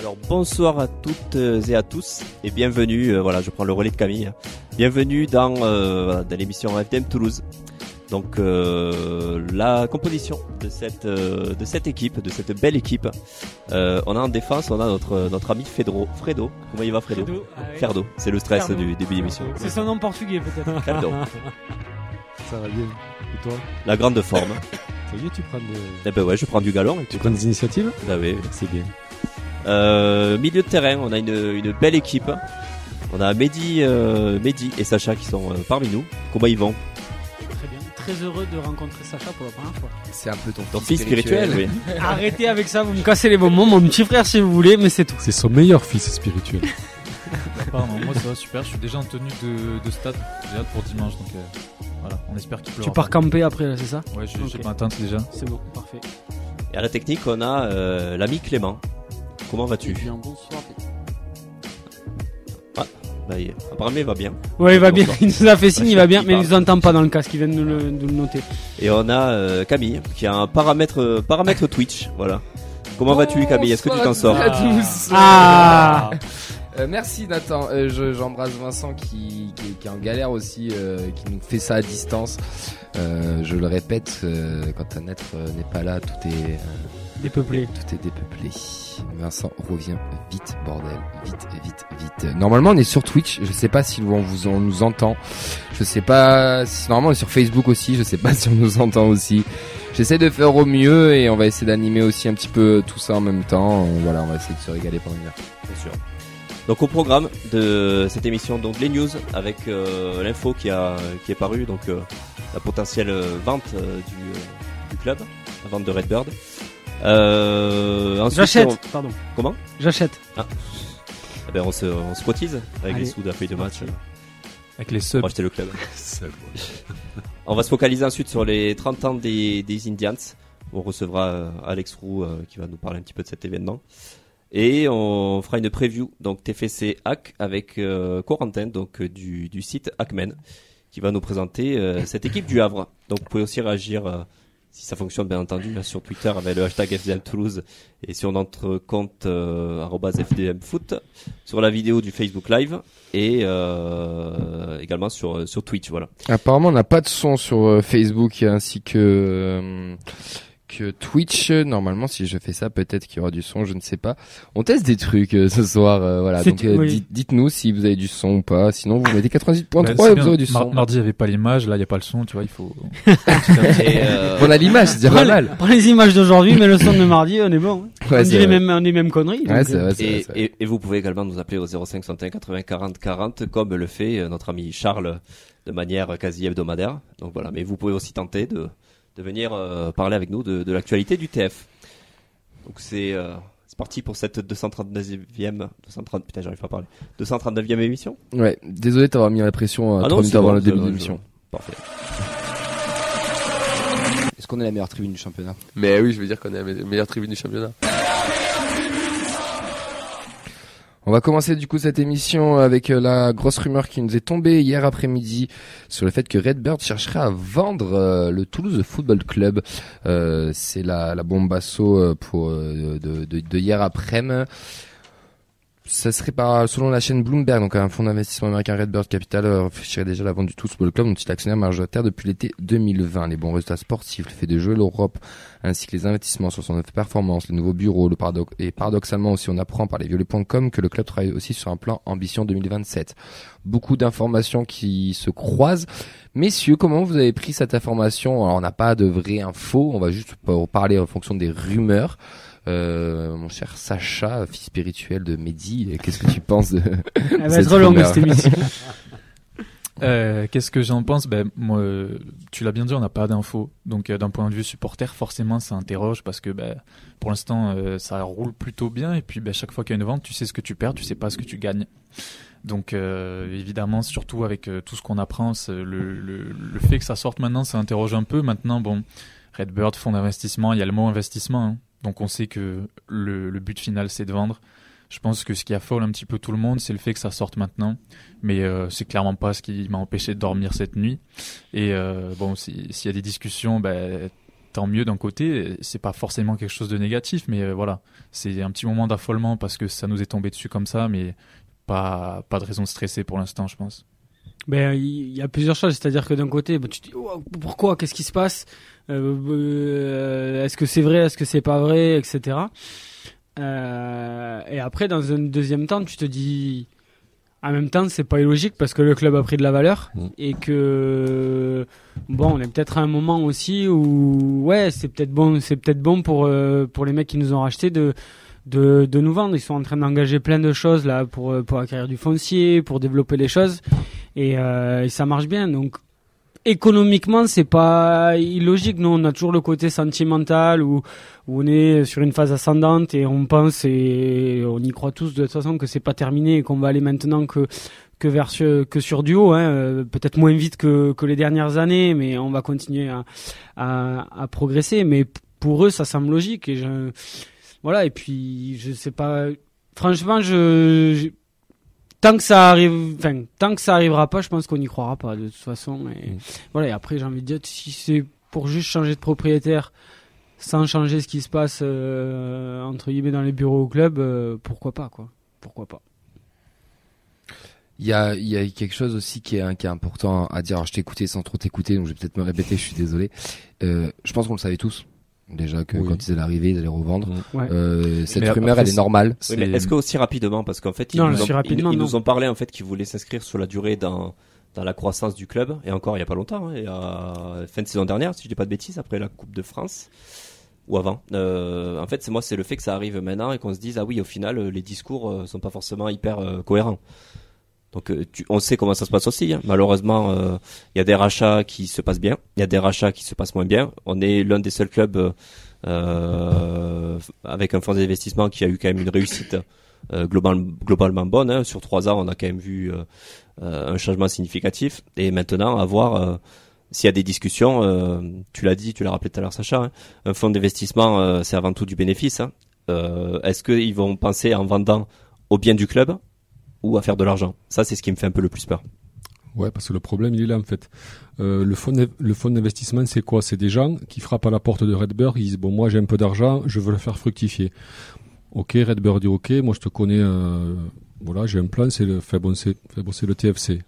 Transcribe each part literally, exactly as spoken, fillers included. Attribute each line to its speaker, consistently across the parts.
Speaker 1: Alors bonsoir à toutes et à tous et bienvenue, euh, voilà je prends le relais de Camille, bienvenue dans, euh, dans l'émission F D M Toulouse. Donc euh, la composition de cette, euh, de cette équipe, de cette belle équipe, euh, on a en défense, on a notre, notre ami Fedro, Fredo, comment il va Fredo
Speaker 2: Fredo, ah oui.
Speaker 1: Ferdo, c'est le stress
Speaker 2: Ferdo.
Speaker 1: du début d'émission.
Speaker 2: C'est son nom portugais peut-être.
Speaker 1: Ferdo,
Speaker 3: Ça va bien. Et toi?
Speaker 1: la grande forme.
Speaker 3: Ça y est, tu prends, de...
Speaker 1: Eh ben ouais, je prends du galon.
Speaker 3: tu prends des initiatives?
Speaker 1: Bah oui.
Speaker 3: C'est bien.
Speaker 1: Euh, milieu de terrain, on a une, une belle équipe. On a Mehdi, euh, Mehdi et Sacha qui sont euh, parmi nous. Comment ils vont?
Speaker 2: Très bien. Très heureux de rencontrer Sacha pour la première fois.
Speaker 4: C'est un peu ton,
Speaker 1: Ton fils spirituel, oui.
Speaker 2: Arrêtez avec ça, vous me cassez les bonbons, mon petit frère si vous voulez, mais c'est tout.
Speaker 3: C'est son meilleur fils spirituel.
Speaker 5: Pardon, moi ça va super, je suis déjà en tenue de, de stade, j'ai hâte pour dimanche, donc euh, voilà, on espère qu'il pleura.
Speaker 2: Tu pars camper après là, c'est ça?
Speaker 5: Ouais, j'ai,
Speaker 2: Ok.
Speaker 5: j'ai ma tente déjà.
Speaker 2: C'est bon, parfait.
Speaker 1: Et à la technique, on a euh, l'ami Clément. Comment vas-tu?
Speaker 6: Eh bien, bonsoir.
Speaker 1: Bah, il- apparemment, il va bien.
Speaker 2: Ouais, il va bien,
Speaker 1: Bonsoir.
Speaker 2: il nous a fait signe, il va bien,
Speaker 1: Il
Speaker 2: mais il
Speaker 1: parle.
Speaker 2: nous entend pas dans le casque, il vient de nous le, de le noter.
Speaker 1: Et on a euh, Camille qui a un paramètre, euh, paramètre Twitch. Voilà. Comment vas-tu, Camille? Est-ce que tu t'en sors?
Speaker 4: à tous.
Speaker 2: Ah.
Speaker 4: Euh, merci Nathan. Euh, je, j'embrasse Vincent qui, qui, qui est en galère aussi, euh, qui nous fait ça à distance. Euh, je le répète, euh, quand un être euh, n'est pas là, tout est euh,
Speaker 2: Dépeuplé.
Speaker 4: tout est dépeuplé. Vincent revient vite, bordel, vite, vite, vite. Normalement, on est sur Twitch. Je sais pas si on vous on nous entend. Je sais pas si normalement on est sur Facebook aussi. Je sais pas si on nous entend aussi. J'essaie de faire au mieux et on va essayer d'animer aussi un petit peu tout ça en même temps. Voilà, on va essayer de se régaler pendant une heure.
Speaker 1: Bien sûr. Donc au programme de cette émission, donc les news avec euh, l'info qui a qui est parue, donc euh, la potentielle euh, vente euh, du, euh, du club, la vente de Redbird. Euh, ensuite,
Speaker 2: J'achète,
Speaker 1: on-
Speaker 2: pardon.
Speaker 1: Comment?
Speaker 2: J'achète.
Speaker 1: Eh ben on se on se cotise avec
Speaker 2: Allez.
Speaker 1: les sous de la feuille de match euh,
Speaker 5: Avec les
Speaker 1: pour
Speaker 5: subs.
Speaker 1: acheter le club. On va se focaliser ensuite sur les trente ans des, des Indians. On recevra euh, Alex Roux euh, qui va nous parler un petit peu de cet événement. Et on fera une preview, donc T F C Hack avec euh, Corentin, donc euh, du, du site Hackmen, qui va nous présenter euh, cette équipe du Havre. Donc vous pouvez aussi réagir, euh, si ça fonctionne bien entendu, là, sur Twitter avec le hashtag F D M Toulouse et sur notre compte euh, arobase F D M Foot, sur la vidéo du Facebook Live et euh, également sur, sur Twitch. Voilà.
Speaker 4: Apparemment, on n'a pas de son sur euh, Facebook ainsi que euh, que Twitch. Normalement, si je fais ça, peut-être qu'il y aura du son. Je ne sais pas. On teste des trucs euh, ce soir. euh, voilà.
Speaker 2: C'est-
Speaker 4: Donc, euh,
Speaker 2: oui.
Speaker 4: dites, dites-nous si vous avez du son ou pas. Sinon, vous mettez quatre-vingt-dix point
Speaker 5: Bah,
Speaker 4: trois
Speaker 5: c'est
Speaker 4: et
Speaker 5: bien.
Speaker 4: vous aurez du
Speaker 5: Mar-
Speaker 4: son.
Speaker 5: mardi il y avait pas l'image, là il y a pas le son, tu vois, il faut.
Speaker 1: Et, euh,
Speaker 4: On a l'image, c'est déjà
Speaker 2: Prends
Speaker 4: pas
Speaker 2: les,
Speaker 4: mal.
Speaker 2: prends les images d'aujourd'hui, mais le son de mardi, on est bon. hein.
Speaker 4: Ouais,
Speaker 2: on,
Speaker 4: c'est
Speaker 2: dit les
Speaker 4: vrai.
Speaker 2: mêmes, on dit les mêmes conneries.
Speaker 4: Ouais,
Speaker 2: donc,
Speaker 4: c'est
Speaker 2: euh,
Speaker 4: vrai, c'est vrai,
Speaker 1: Et,
Speaker 4: c'est vrai.
Speaker 1: et, et vous pouvez également nous appeler au zéro cinq soixante et un quatre-vingts quarante quarante comme le fait euh, notre ami Charles de manière quasi hebdomadaire. Donc voilà, mais vous pouvez aussi tenter de, de venir euh, parler avec nous de, de l'actualité du T F. Donc c'est euh, c'est parti pour cette deux cent trente-neuvième deux cent trente putain j'arrive pas à parler deux cent trente-neuvième émission.
Speaker 4: Ouais. Désolé d'avoir mis la pression euh,
Speaker 1: Ah
Speaker 4: trois
Speaker 1: non,
Speaker 4: minutes
Speaker 1: c'est
Speaker 4: avant
Speaker 1: bon,
Speaker 4: le
Speaker 1: c'est
Speaker 4: début
Speaker 1: bon,
Speaker 4: de
Speaker 1: c'est
Speaker 4: l'émission.
Speaker 1: bon. Parfait.
Speaker 6: Est-ce qu'on est la meilleure tribune du championnat?
Speaker 7: Mais oui, je veux dire qu'on est la me- meilleure tribune du championnat.
Speaker 4: On va commencer du coup cette émission avec euh, la grosse rumeur qui nous est tombée hier après-midi sur le fait que Redbird chercherait à vendre euh, le Toulouse Football Club. Euh, c'est la, la bombasso euh, pour euh, de, de, de hier après-midi. Ça serait par, selon la chaîne Bloomberg, donc un fonds d'investissement américain Redbird Capital euh, réfléchirait déjà à la vente du Toulouse Football Club, dont il est actionnaire majoritaire depuis l'été deux mille vingt. Les bons résultats sportifs, le fait de jouer l'Europe, ainsi que les investissements sur son performance, les nouveaux bureaux, le paradoxe, et paradoxalement aussi on apprend par les violets point com que le club travaille aussi sur un plan ambition deux mille vingt-sept. Beaucoup d'informations qui se croisent. Messieurs, comment vous avez pris cette information? Alors on n'a pas de vraies infos, on va juste parler en fonction des rumeurs. Euh, mon cher Sacha, fils spirituel de Mehdi, qu'est-ce que tu penses de
Speaker 2: Elle va
Speaker 4: cette
Speaker 2: être longue
Speaker 4: rumeur
Speaker 2: cette émission.
Speaker 5: Euh, qu'est-ce que j'en pense? Ben moi, euh, tu l'as bien dit, on n'a pas d'infos. Donc euh, d'un point de vue supporter, forcément, ça interroge parce que ben pour l'instant, euh, ça roule plutôt bien. Et puis ben chaque fois qu'il y a une vente, tu sais ce que tu perds, tu sais pas ce que tu gagnes. Donc euh, évidemment, surtout avec euh, tout ce qu'on apprend, c'est le, le, le fait que ça sorte maintenant, ça interroge un peu. Maintenant, bon, Redbird, fonds d'investissement, il y a le mot investissement. Hein. Donc on sait que le, le but final, c'est de vendre. Je pense que ce qui affole un petit peu tout le monde, c'est le fait que ça sorte maintenant. Mais euh, c'est clairement pas ce qui m'a empêché de dormir cette nuit. Et euh, bon, si- s'il y a des discussions, ben, tant mieux d'un côté. C'est pas forcément quelque chose de négatif, mais euh, voilà, c'est un petit moment d'affolement parce que ça nous est tombé dessus comme ça, mais pas pas de raison de stresser pour l'instant, je pense.
Speaker 2: Ben, il y a plusieurs choses, c'est-à-dire que d'un côté, ben, tu te dis oh, pourquoi, qu'est-ce qui se passe, euh, euh, est-ce que c'est vrai, est-ce que c'est pas vrai, et cetera. Euh, et après, dans un deuxième temps, tu te dis, en même temps, c'est pas illogique parce que le club a pris de la valeur mmh. et que bon, on est peut-être à un moment aussi où ouais, c'est peut-être bon, c'est peut-être bon pour euh, pour les mecs qui nous ont racheté de de de nous vendre. Ils sont en train d'engager plein de choses là pour pour acquérir du foncier, pour développer les choses. Et, euh, et ça marche bien. Donc économiquement, c'est pas illogique. Nous, on a toujours le côté sentimental où, où on est sur une phase ascendante et on pense et on y croit tous de toute façon que c'est pas terminé et qu'on va aller maintenant que que vers que sur du haut. Hein. Peut-être moins vite que que les dernières années, mais on va continuer à à, à progresser. Mais pour eux, ça semble logique. Et je, voilà. Et puis je sais pas. Franchement, je, je Tant que ça arrive, enfin, tant que ça arrivera pas, je pense qu'on n'y croira pas de toute façon. Et mmh. voilà. Et après, j'ai envie de dire, si c'est pour juste changer de propriétaire, sans changer ce qui se passe euh, entre guillemets dans les bureaux au club, euh, pourquoi pas, quoi. Pourquoi pas.
Speaker 4: Il y a, il y a quelque chose aussi qui est, qui est important à dire. Alors, je t'ai écouté sans trop t'écouter, donc je vais peut-être me répéter. Je suis désolé. Euh, je pense qu'on le savait tous. Déjà que oui. quand ils allaient arriver, ils allaient revendre. Ouais. Euh, cette mais rumeur, après, elle est normale.
Speaker 1: Oui, mais est-ce que aussi rapidement, parce qu'en fait, ils, non, nous, ont, ils, ils nous ont parlé en fait qu'ils voulaient s'inscrire sur la durée dans dans la croissance du club. Et encore, il y a pas longtemps, hein, il y a fin de saison dernière, si je dis pas de bêtises, après la Coupe de France ou avant. Euh, en fait, c'est moi, c'est le fait que ça arrive maintenant et qu'on se dise ah oui, au final, les discours euh, sont pas forcément hyper euh, cohérents. Donc, euh, tu, on sait comment ça se passe aussi. Hein. Malheureusement, il euh, y a des rachats qui se passent bien, il y a des rachats qui se passent moins bien. On est l'un des seuls clubs euh, euh, avec un fonds d'investissement qui a eu quand même une réussite euh, global, globalement bonne. Hein. Sur trois ans, on a quand même vu euh, euh, un changement significatif. Et maintenant, à voir euh, s'il y a des discussions. Euh, tu l'as dit, tu l'as rappelé tout à l'heure, Sacha. Hein. Un fonds d'investissement, euh, c'est avant tout du bénéfice. Hein. Euh, est-ce qu'ils vont penser en vendant au bien du club ou à faire de l'argent? Ça, c'est ce qui me fait un peu le plus peur.
Speaker 3: Ouais, parce que le problème, il est là, en fait. Euh, le fonds, le fonds d'investissement, c'est quoi? C'est des gens qui frappent à la porte de Redbird, ils disent, bon, moi, j'ai un peu d'argent, je veux le faire fructifier. Ok, Redbird dit, ok, moi, je te connais, euh, voilà, j'ai un plan, c'est le, fait bon, c'est, fait bon, c'est le T F C.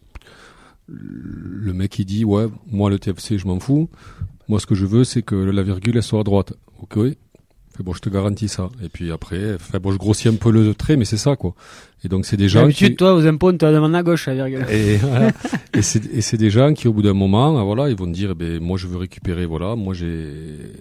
Speaker 3: Le mec, il dit, ouais, moi, le T F C, je m'en fous. Moi, ce que je veux, c'est que la virgule, elle soit à droite. Ok, oui. Fait bon, je te garantis ça. Et puis après, fait bon, je grossis un peu le trait, mais c'est ça, quoi. Et donc, c'est des gens
Speaker 2: d'habitude,
Speaker 3: qui...
Speaker 2: toi, aux impôts, on te la demande à gauche, la virgule.
Speaker 3: Et, voilà. et, c'est, et c'est des gens qui, au bout d'un moment, voilà, ils vont dire, eh ben, moi, je veux récupérer, voilà, moi, j'ai,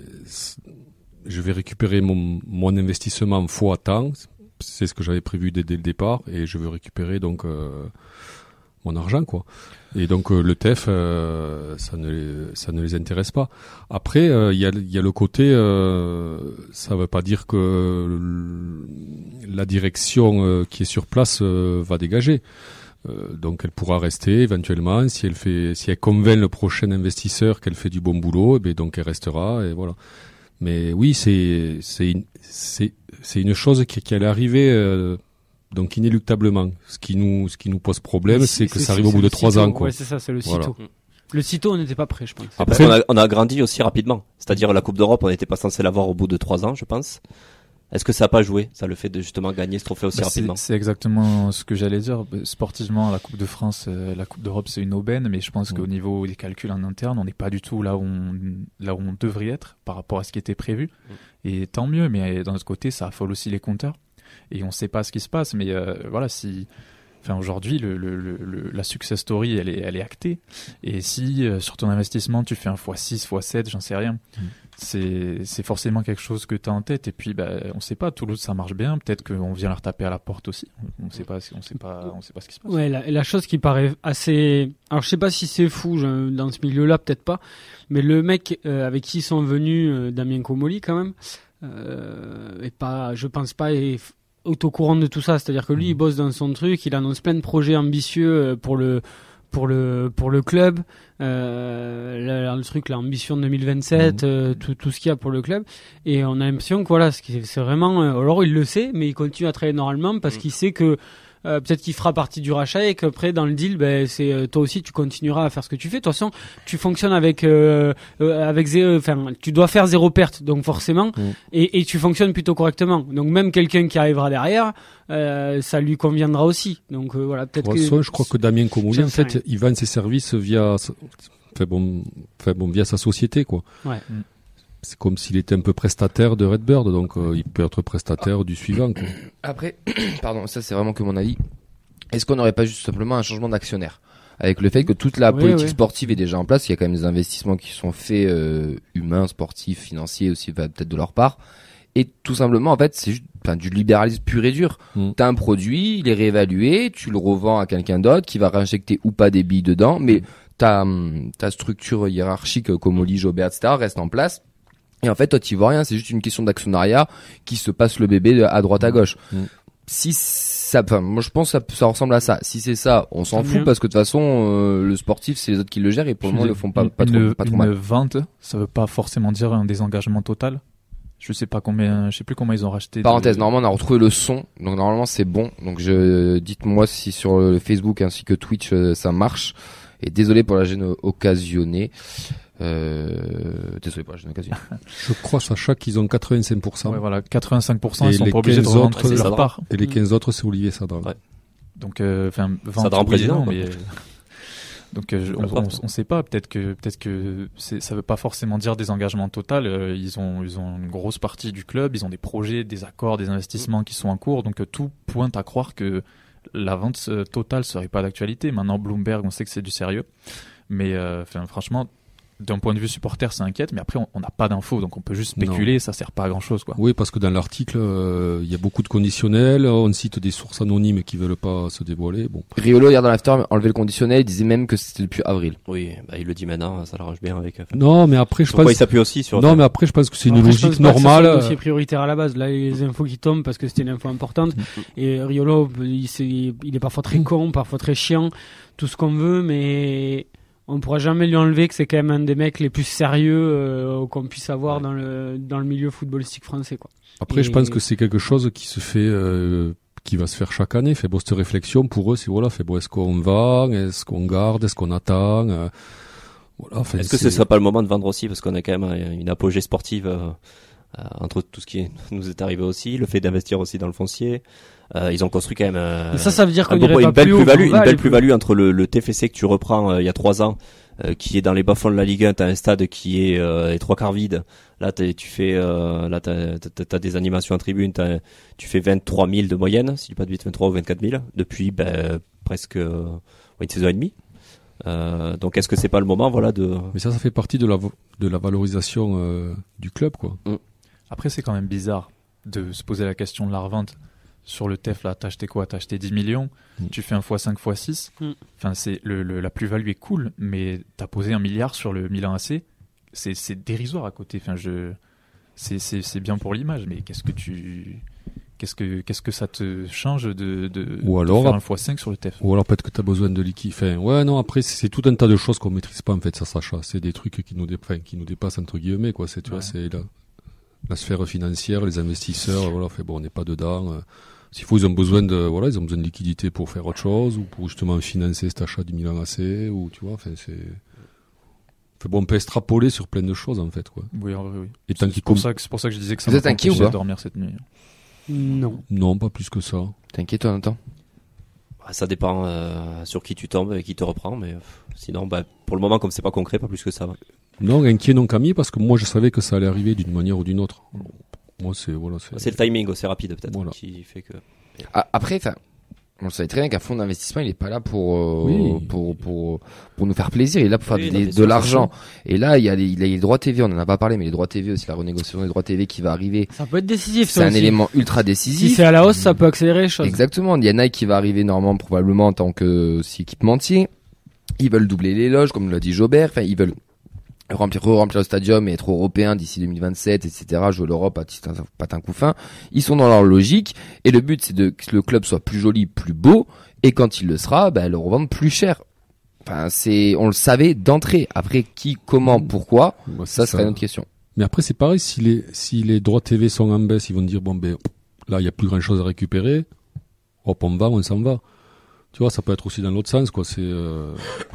Speaker 3: je vais récupérer mon, mon investissement fois temps. C'est ce que j'avais prévu dès, dès le départ. Et je veux récupérer, donc, euh, mon argent, quoi. Et donc euh, le T E F, euh, ça ne les, ça ne les intéresse pas. Après, il euh, y a il y a le côté, euh, ça veut pas dire que le, la direction euh, qui est sur place euh, va dégager. Euh, donc elle pourra rester éventuellement si elle fait, si elle convainc le prochain investisseur qu'elle fait du bon boulot, et bien donc elle restera et voilà. Mais oui, c'est c'est une, c'est c'est une chose qui, qui allait arriver. Euh, Donc inéluctablement, ce qui nous ce qui nous pose problème, c'est, c'est que c'est, ça arrive
Speaker 2: c'est,
Speaker 3: au bout de trois ans, quoi.
Speaker 2: Ouais, c'est ça, c'est le voilà. Cito. Le Cito, on n'était pas prêt, je pense.
Speaker 1: Après, on a, on a grandi aussi rapidement. C'est-à-dire la Coupe d'Europe, on n'était pas censé l'avoir au bout de trois ans, je pense. Est-ce que ça n'a pas joué, ça, le fait de justement gagner ce trophée aussi bah rapidement?
Speaker 5: c'est, c'est exactement ce que j'allais dire. Sportivement, la Coupe de France, euh, la Coupe d'Europe, c'est une aubaine, mais je pense mmh. qu'au niveau des calculs en interne, on n'est pas du tout là où on, là où on devrait être par rapport à ce qui était prévu. Mmh. Et tant mieux, mais d'un autre côté, ça affole aussi les compteurs. Et on ne sait pas ce qui se passe, mais euh, voilà, si, enfin aujourd'hui, le, le, le, la success story, elle est, elle est actée. Et si euh, sur ton investissement, tu fais un fois six, fois sept, j'en sais rien, mmh. c'est, c'est forcément quelque chose que tu as en tête. Et puis, bah, on ne sait pas. Toulouse, ça marche bien. Peut-être qu'on vient leur taper à la porte aussi. On ne sait pas, on sait pas, on sait pas ce qui se passe.
Speaker 2: Ouais, la, la chose qui paraît assez, alors je sais pas si c'est fou je, dans ce milieu-là, peut-être pas. Mais le mec euh, avec qui ils sont venus, euh, Damien Comolli, quand même. Euh, et pas, je pense pas est au courant de tout ça, c'est-à-dire que lui il bosse dans son truc, il annonce plein de projets ambitieux pour le pour le pour le club, euh, le, le truc l'ambition deux mille vingt-sept, mmh. euh, tout tout ce qu'il y a pour le club, et on a l'impression que voilà, c'est vraiment, alors il le sait, mais il continue à travailler normalement parce mmh. qu'il sait que euh, peut-être qu'il fera partie du rachat et qu'après dans le deal, ben c'est euh, toi aussi tu continueras à faire ce que tu fais. De toute façon, tu fonctionnes avec euh, euh, avec zéro, enfin tu dois faire zéro perte, donc forcément,
Speaker 3: Mmh.
Speaker 2: et, et tu fonctionnes plutôt correctement. Donc même quelqu'un qui arrivera derrière, euh, ça lui conviendra aussi. Donc euh, voilà,
Speaker 3: De
Speaker 2: peut-être
Speaker 3: toute
Speaker 2: que
Speaker 3: façon, je crois que Damien Comolli,
Speaker 2: J'en
Speaker 3: en
Speaker 2: sais
Speaker 3: fait,
Speaker 2: rien.
Speaker 3: il vend ses services via, enfin bon, enfin bon, via sa société, quoi.
Speaker 2: Ouais.
Speaker 5: Mm.
Speaker 3: C'est comme s'il était un peu prestataire de Redbird, donc euh, il peut être prestataire du suivant, quoi.
Speaker 4: Après, pardon, ça c'est vraiment que mon avis. Est-ce qu'on n'aurait pas juste simplement un changement d'actionnaire? Avec le fait que toute la
Speaker 2: Oui,
Speaker 4: politique
Speaker 2: oui.
Speaker 4: sportive est déjà en place, il y a quand même des investissements qui sont faits, euh, humains, sportifs, financiers aussi, bah, peut-être de leur part. Et tout simplement, en fait, c'est juste enfin, du libéralisme pur et dur.
Speaker 3: Mm.
Speaker 4: T'as un produit, il est réévalué, tu le revends à quelqu'un d'autre qui va réinjecter ou pas des billes dedans, mais ta, hum, ta structure hiérarchique, euh, comme Oli, Jobert, et cetera, reste en place. Et en fait, toi, tu vois rien, c'est juste une question d'actionnariat qui se passe le bébé de- à droite à gauche.
Speaker 3: Mm.
Speaker 4: Si ça, enfin, moi je pense que ça, ça ressemble à ça. Si c'est ça, on s'en
Speaker 2: Tant
Speaker 4: fout
Speaker 2: mieux.
Speaker 4: parce que de toute façon, euh, le sportif, c'est les autres qui le gèrent et pour le moment, ils le font pas,
Speaker 5: Une-
Speaker 4: pas trop,
Speaker 5: une,
Speaker 4: pas trop
Speaker 5: une
Speaker 4: mal.
Speaker 5: vente, ça veut pas forcément dire un désengagement total. Je sais pas combien, je sais plus comment ils ont racheté. de-
Speaker 4: Parenthèse, normalement on a retrouvé le son, donc normalement c'est bon. Donc je dites-moi si sur le Facebook ainsi que Twitch euh, ça marche. Et désolé pour la gêne occasionnée. Euh, désolé pour la gêne occasionnée.
Speaker 3: Je crois, Sacha, qu'ils ont quatre-vingt-cinq pour cent.
Speaker 5: Ouais, voilà, quatre-vingt-cinq pour cent,
Speaker 3: Et
Speaker 5: ils sont
Speaker 3: les
Speaker 5: pas obligés de
Speaker 3: quinze
Speaker 5: revendre
Speaker 3: autres,
Speaker 1: c'est
Speaker 5: leur
Speaker 1: Sadra.
Speaker 5: part.
Speaker 3: Et les quinze autres, c'est Olivier Sadra.
Speaker 1: Ouais.
Speaker 5: Donc, euh, enfin, vente,
Speaker 1: Sadra en
Speaker 5: oui et
Speaker 1: président,
Speaker 5: non,
Speaker 1: quoi.
Speaker 5: mais donc euh, je- on, on, on sait pas. Peut-être que peut-être que c'est, ça veut pas forcément dire désengagement total. Euh, ils ont ils ont une grosse partie du club. Ils ont des projets, des accords, des investissements qui sont en cours. Donc euh, tout pointe à croire que la vente euh, totale serait pas d'actualité. Maintenant Bloomberg, on sait que c'est du sérieux. Mais euh, enfin, franchement, d'un point de vue supporter, ça inquiète. Mais après, on on n'a pas d'infos, donc on peut juste spéculer. Ça sert pas à grand chose, quoi.
Speaker 3: Oui, parce que dans l'article, euh, il y a beaucoup de conditionnels. On cite des sources anonymes qui veulent pas se dévoiler. Bon.
Speaker 4: Riolo hier dans l'after enlevé le conditionnel, il disait même que c'était depuis avril.
Speaker 1: Oui, bah, il le dit maintenant, ça l'arrange bien avec. Enfin,
Speaker 3: Non, mais après, je
Speaker 1: pourquoi
Speaker 3: pense.
Speaker 1: il s'appuie aussi sur.
Speaker 3: Non, mais après, je pense que c'est une
Speaker 2: Après, je pense
Speaker 3: logique
Speaker 2: pas que ce soit
Speaker 3: normale.
Speaker 2: le dossier prioritaire à la base. Là, les infos qui tombent parce que c'était une info importante. Et Riolo, il, c'est- il est parfois très con, parfois très chiant, tout ce qu'on veut, mais on pourra jamais lui enlever que c'est quand même un des mecs les plus sérieux euh, qu'on puisse avoir
Speaker 1: Ouais.
Speaker 2: dans le dans le milieu footballistique français, quoi.
Speaker 3: Après,
Speaker 2: Et-
Speaker 3: je pense que c'est quelque chose qui se fait, euh, qui va se faire chaque année. Fait bon, cette réflexion pour eux, c'est voilà, fait bon, est-ce qu'on vend, est-ce qu'on garde, est-ce qu'on attend, euh, voilà. Enfin,
Speaker 1: Est-ce que
Speaker 3: c'est-
Speaker 1: ce serait pas le moment de vendre aussi, parce qu'on a quand même euh, une apogée sportive euh, euh, entre tout ce qui nous est arrivé aussi, le fait d'investir aussi dans le foncier. Euh, ils ont construit quand même. Euh,
Speaker 2: Et ça, ça veut dire
Speaker 1: un
Speaker 2: qu'on
Speaker 1: beau-
Speaker 2: irait
Speaker 1: une
Speaker 2: pas
Speaker 1: belle
Speaker 2: plus haut,
Speaker 1: plus-value,
Speaker 2: mais on
Speaker 1: une
Speaker 2: va
Speaker 1: belle
Speaker 2: aller plus
Speaker 1: plus-value entre le, le T F C que tu reprends euh, il y a trois ans, euh, qui est dans les bas-fonds de la Ligue un, t'as un stade qui est euh, les trois quarts vide. Là, t'es- tu fais, euh, là, t'as, t'as, t'as des animations en tribune, t'as, tu fais vingt-trois mille de moyenne, si je dis pas de bêtises, vingt-trois ou vingt-quatre mille, depuis ben, presque euh, ouais, une saison et demie. Euh, donc, est-ce que c'est pas le moment, voilà, de.
Speaker 3: Mais ça, ça fait partie de la vo- de la valorisation euh, du club, quoi.
Speaker 5: Après, c'est quand même bizarre de se poser la question de la revente. Sur le T E F, là, t'as acheté quoi? T'as acheté dix millions,
Speaker 3: Mm.
Speaker 5: tu fais un fois cinq fois six.
Speaker 2: Mm.
Speaker 5: Enfin, c'est le, le- la plus-value est cool, mais t'as posé un milliard sur le Milan A C. C'est, c'est dérisoire à côté. Enfin, je, c'est, c'est, c'est bien pour l'image, mais qu'est-ce que tu, qu'est-ce que, qu'est-ce que ça te change de, de,
Speaker 3: Ou
Speaker 5: de
Speaker 3: alors,
Speaker 5: faire un fois cinq sur le T E F?
Speaker 3: Ou alors peut-être que tu as besoin de liquide. Enfin, ouais, non, après, c'est, c'est tout un tas de choses qu'on maîtrise pas, en fait, ça, Sacha. C'est des trucs qui nous, dé... enfin, qui nous dépassent, entre guillemets, quoi. C'est, tu
Speaker 5: Ouais.
Speaker 3: vois, c'est la, la sphère financière, les investisseurs, voilà, fait bon, on n'est pas dedans. euh. S'il faut, ils ont besoin de, voilà, ils ont besoin de liquidité pour faire autre chose, ou pour justement financer cet achat du Milan A C, ou tu vois, enfin, c'est, fait bon, on peut extrapoler sur plein de choses, en fait, quoi.
Speaker 5: Oui, en vrai, oui.
Speaker 3: Et tant
Speaker 5: C'est
Speaker 3: qu'il
Speaker 5: pour
Speaker 3: com-
Speaker 5: ça que, c'est pour ça que je disais que ça
Speaker 4: Vous
Speaker 5: m'a
Speaker 4: êtes inquiet ou
Speaker 5: empêché
Speaker 4: pas
Speaker 5: de dormir cette nuit.
Speaker 2: Non.
Speaker 3: Non, pas plus que ça.
Speaker 4: T'inquiète, toi, Nathan?
Speaker 1: Bah, ça dépend euh, sur qui tu tombes et qui te reprend, mais euh, sinon, bah, pour le moment, comme c'est pas concret, pas plus que ça. Ouais.
Speaker 3: Non, inquiet, non, Camille, parce que moi, je savais que ça allait arriver d'une manière ou d'une autre. Moi, c'est, voilà, c'est,
Speaker 1: C'est le timing assez rapide, peut-être,
Speaker 3: Voilà.
Speaker 1: qui fait que.
Speaker 4: Ah, après, enfin, on savait très bien qu'un fonds d'investissement, il est pas là pour, euh,
Speaker 3: Oui.
Speaker 4: pour, pour, pour nous faire plaisir, il est là pour faire
Speaker 1: Oui,
Speaker 4: des-
Speaker 1: non, mais
Speaker 4: de
Speaker 1: sûr,
Speaker 4: l'argent. Et là, il y a les, il y a les droits T V, on en a pas parlé, mais les droits T V aussi, la renégociation des droits T V qui va arriver.
Speaker 2: Ça peut être décisif,
Speaker 4: C'est
Speaker 2: ça
Speaker 4: un
Speaker 2: aussi.
Speaker 4: élément ultra
Speaker 2: Si
Speaker 4: décisif.
Speaker 2: c'est à la hausse, ça peut accélérer les choses.
Speaker 4: Exactement. Il y a Nike qui va arriver normalement, probablement, en tant que, aussi équipementier. Ils veulent doubler les loges, comme l'a dit Jobert. Enfin, ils veulent remplir, remplir le stadium et être européen d'ici deux mille vingt-sept, et cetera. Jouer l'Europe à titre patin coup fin. Ils sont dans leur logique. Et le but, c'est de, que le club soit plus joli, plus beau. Et quand il le sera, ben, le revendre plus cher. Enfin, c'est, on le savait d'entrée. Après, qui, comment, pourquoi,
Speaker 3: moi, c'est
Speaker 4: ça serait une autre question.
Speaker 3: Mais après, c'est pareil, si les, si les droits T V sont en baisse, ils vont dire, bon, ben, là, il n'y a plus grand chose à récupérer. hop, on va, on s'en va. Tu vois, ça peut être aussi dans l'autre sens, quoi. C'est, euh...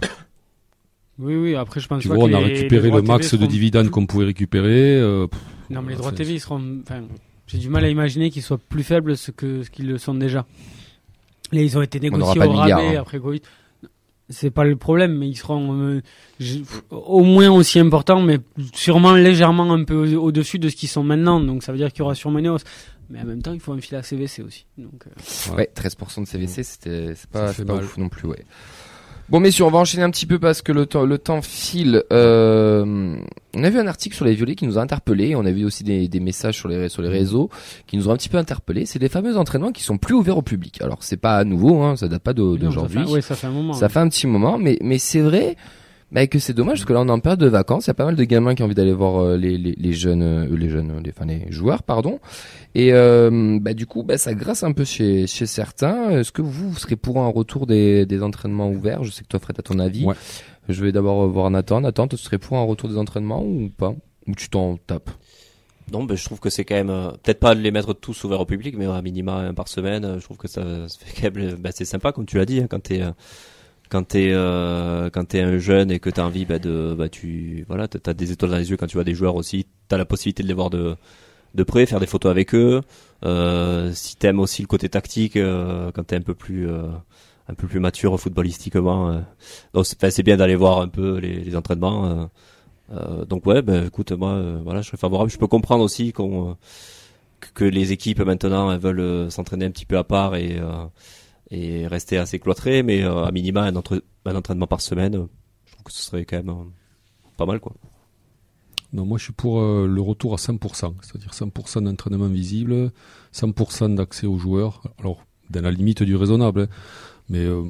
Speaker 2: Oui, oui, après, je pense
Speaker 3: tu
Speaker 2: pas
Speaker 3: vois,
Speaker 2: que
Speaker 3: on a
Speaker 2: les-
Speaker 3: récupéré
Speaker 2: les droits
Speaker 3: le max
Speaker 2: T V
Speaker 3: de
Speaker 2: seront
Speaker 3: dividendes
Speaker 2: plus-
Speaker 3: qu'on pouvait récupérer. Euh... pff,
Speaker 2: Non, mais les
Speaker 3: voilà,
Speaker 2: droits
Speaker 3: c'est-
Speaker 2: T V, ils seront, enfin, j'ai du mal à imaginer qu'ils soient plus faibles ce que, ce qu'ils le sont déjà. Là, ils ont été
Speaker 4: n'aura
Speaker 2: négociés
Speaker 4: pas
Speaker 2: au
Speaker 4: de milliard,
Speaker 2: rabais
Speaker 4: hein.
Speaker 2: après Covid. C'est pas le problème, mais ils seront euh, j'ai- au moins aussi importants, mais sûrement légèrement un peu au- au-dessus de ce qu'ils sont maintenant. Donc ça veut dire qu'il y aura sûrement une hausse. Mais en même temps, il faut un fil à C V C aussi. Donc, euh,
Speaker 4: Ouais, treize pour cent de C V C, c'était, c'est pas,
Speaker 3: Ça fait
Speaker 4: c'est pas
Speaker 3: mal.
Speaker 4: ouf non plus, ouais. Bon, messieurs, on va enchaîner un petit peu parce que le temps, le temps file. Euh, on a vu un article sur les violets qui nous a interpellés. On a vu aussi des, des messages sur les, sur les réseaux qui nous ont un petit peu interpellés. C'est les fameux entraînements qui sont plus ouverts au public. Alors, c'est pas nouveau, hein, ça date pas de-
Speaker 2: non,
Speaker 4: d'aujourd'hui.
Speaker 2: ça fait, ouais, ça fait un moment.
Speaker 4: Ça
Speaker 2: hein.
Speaker 4: fait un petit moment, mais, mais c'est vrai bah, que c'est dommage parce que là on est en période de vacances, il y a pas mal de gamins qui ont envie d'aller voir euh, les, les, les jeunes, euh, les jeunes, euh, les, enfin les joueurs, pardon. Et euh, bah, du coup, bah, ça grasse un peu chez, chez certains. Est-ce que vous, vous serez pour un retour des, des entraînements ouverts? Je sais que toi, Fred, à ton avis.
Speaker 3: Ouais.
Speaker 4: Je vais d'abord voir Nathan. Nathan, tu serais pour un retour des entraînements ou pas? Ou tu t'en tapes?
Speaker 1: Non, ben, je trouve que c'est quand même, euh, peut-être pas de les mettre tous ouverts au public, mais à minima un par semaine, euh, je trouve que ça, ça fait quand même, ben, c'est sympa, comme tu l'as dit, hein, quand t'es, euh, quand t'es, euh, quand t'es un jeune et que t'as envie, ben, de, bah, tu, voilà, t'as t'as des étoiles dans les yeux quand tu vois des joueurs aussi, t'as la possibilité de les voir de, de près, faire des photos avec eux, euh, si t'aimes aussi le côté tactique, euh, quand t'es un peu plus, euh, un peu plus mature footballistiquement, euh, donc c'est, enfin, c'est bien d'aller voir un peu les, les entraînements, euh, Euh, donc ouais, ben écoute, moi, euh, voilà, je serais favorable. Je peux comprendre aussi qu'on, euh, que, que les équipes maintenant elles veulent euh, s'entraîner un petit peu à part et euh, et rester assez cloîtrées, mais euh, à minima un, entre, un entraînement par semaine, euh, je trouve que ce serait quand même euh, pas mal, quoi.
Speaker 3: Non, moi je suis pour euh, le retour à cent pour cent, c'est-à-dire cent pour cent d'entraînement visible, cent pour cent d'accès aux joueurs. Alors, dans la limite du raisonnable, hein, mais euh,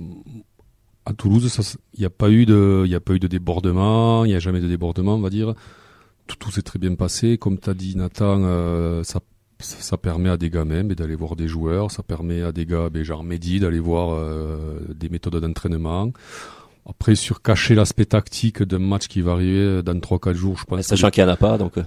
Speaker 3: à Toulouse, il n'y a pas eu de, il y a pas eu de débordement, il n'y a jamais de débordement, on va dire. Tout, tout s'est très bien passé, comme t'as dit Nathan, euh, ça, ça, ça permet à des gamins ben, d'aller voir des joueurs, ça permet à des gars, ben, genre Mehdi, d'aller voir euh, des méthodes d'entraînement. Après, sur cacher l'aspect tactique d'un match qui va arriver dans trois quatre jours, je pense.
Speaker 1: Mais sachant
Speaker 3: que...
Speaker 1: qu'il n'y en a pas, donc. Euh...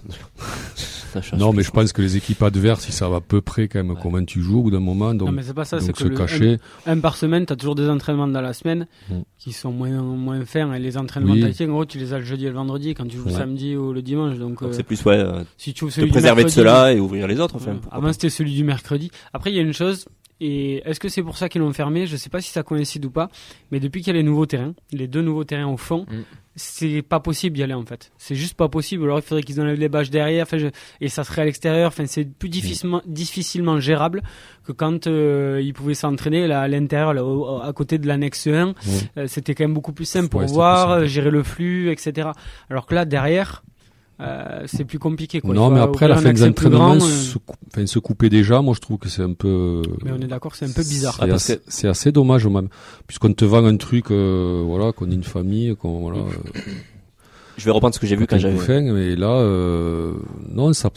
Speaker 3: non, mais je pense que les équipes adverses, ils savent à peu près quand même ouais. comment tu joues au bout d'un moment. Donc,
Speaker 2: non, mais c'est pas ça,
Speaker 3: donc
Speaker 2: c'est que
Speaker 3: se
Speaker 2: le,
Speaker 3: cacher.
Speaker 2: Un, un par semaine, t'as toujours des entraînements dans la semaine
Speaker 3: mm.
Speaker 2: qui sont moins, moins fins. Et les entraînements
Speaker 3: oui.
Speaker 2: tactiques, en gros, tu les as le jeudi et le vendredi quand tu joues
Speaker 3: ouais.
Speaker 2: le samedi ou le dimanche. Donc,
Speaker 1: donc
Speaker 2: euh,
Speaker 1: c'est plus, ouais, euh,
Speaker 2: si tu
Speaker 1: te préserver de cela et ouvrir les autres, enfin.
Speaker 2: Ouais. Avant, c'était celui du mercredi. Après, il y a une chose. Et est-ce que c'est pour ça qu'ils l'ont fermé? Je sais pas si ça coïncide ou pas, mais depuis qu'il y a les nouveaux terrains, les deux nouveaux terrains au fond, mm. c'est pas possible d'y aller en fait. C'est juste pas possible. Alors il faudrait qu'ils enlèvent les bâches derrière, enfin, je... et ça serait à l'extérieur. Enfin, c'est plus difficilement, mm. difficilement gérable que quand euh, ils pouvaient s'entraîner là à l'intérieur, là, au, à côté de l'annexe un. Mm. Euh, c'était quand même beaucoup plus simple pour ouais, voir, gérer le flux, et cetera. Alors que là derrière. Euh, c'est plus compliqué quoi.
Speaker 3: Non mais après la fin des entraînements
Speaker 2: grand,
Speaker 3: se, cou- enfin, se couper déjà, moi je trouve que c'est un peu
Speaker 2: mais on est d'accord, c'est un peu bizarre.
Speaker 3: C'est,
Speaker 1: ah, parce
Speaker 3: assez,
Speaker 1: que...
Speaker 3: c'est assez dommage même, puisqu'on te vend un truc euh, voilà, qu'on est une famille, qu'on voilà euh,
Speaker 1: je vais reprendre ce que j'ai vu quand j'avais
Speaker 3: faim, mais là euh, non ça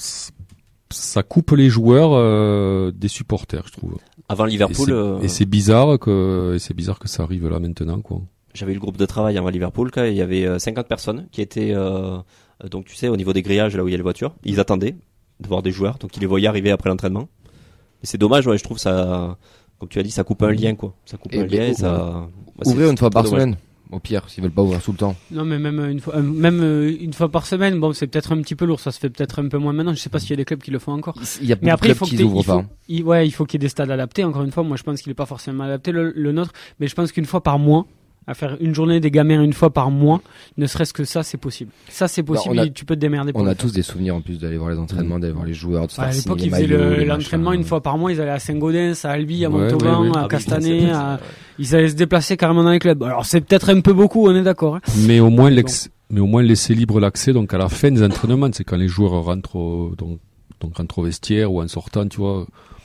Speaker 3: ça coupe les joueurs euh, des supporters, je trouve.
Speaker 1: Avant Liverpool
Speaker 3: et c'est,
Speaker 1: euh...
Speaker 3: et c'est bizarre que et c'est bizarre que ça arrive là maintenant quoi.
Speaker 1: J'avais eu le groupe de travail avant Liverpool, quand il y avait cinquante personnes qui étaient euh, donc tu sais au niveau des grillages là où il y a les voitures, ils attendaient de voir des joueurs, donc ils les voyaient arriver après l'entraînement. Et c'est dommage, ouais, je trouve ça, comme tu as dit, ça coupe un lien quoi, ça coupe et un lien, et ça.
Speaker 4: Bah, ouvrir une fois par dommage. Semaine. Au pire, s'ils veulent pas ouvrir tout le temps.
Speaker 2: Non, mais même une fois, euh, même euh, une fois par semaine, bon, c'est peut-être un petit peu lourd. Ça se fait peut-être un peu moins maintenant. Je sais pas s'il y a des clubs qui le font encore.
Speaker 4: Il y a
Speaker 2: mais après,
Speaker 4: de
Speaker 2: il faut
Speaker 4: qui
Speaker 2: que
Speaker 4: ouvrent
Speaker 2: il faut,
Speaker 4: pas.
Speaker 2: Il, ouais, il faut qu'il y ait des stades adaptés. Encore une fois, moi, je pense qu'il est pas forcément adapté le, le nôtre, mais je pense qu'une fois par mois, à faire une journée des gamins une fois par mois, ne serait-ce que ça, c'est possible. Ça, c'est possible.
Speaker 4: Bah, a,
Speaker 2: tu peux te démerder.
Speaker 4: On a tous des souvenirs en plus d'aller voir les entraînements, d'aller voir les joueurs. De
Speaker 2: ouais, à l'époque, ils faisaient le, l'entraînement une fois par mois. Ils allaient à Saint-Gaudens, à Albi, à
Speaker 3: ouais,
Speaker 2: Montauban,
Speaker 3: ouais, ouais.
Speaker 2: à
Speaker 1: ah,
Speaker 2: Castanet.
Speaker 1: oui,
Speaker 2: à... Ils allaient se déplacer carrément dans les clubs. Alors, c'est peut-être un peu beaucoup, on est d'accord. Hein.
Speaker 3: Mais au moins, l'ex... mais au moins laisser libre l'accès. Donc, à la fin des entraînements, c'est quand les joueurs rentrent au, donc, donc rentrent au vestiaire ou en sortant, tu vois.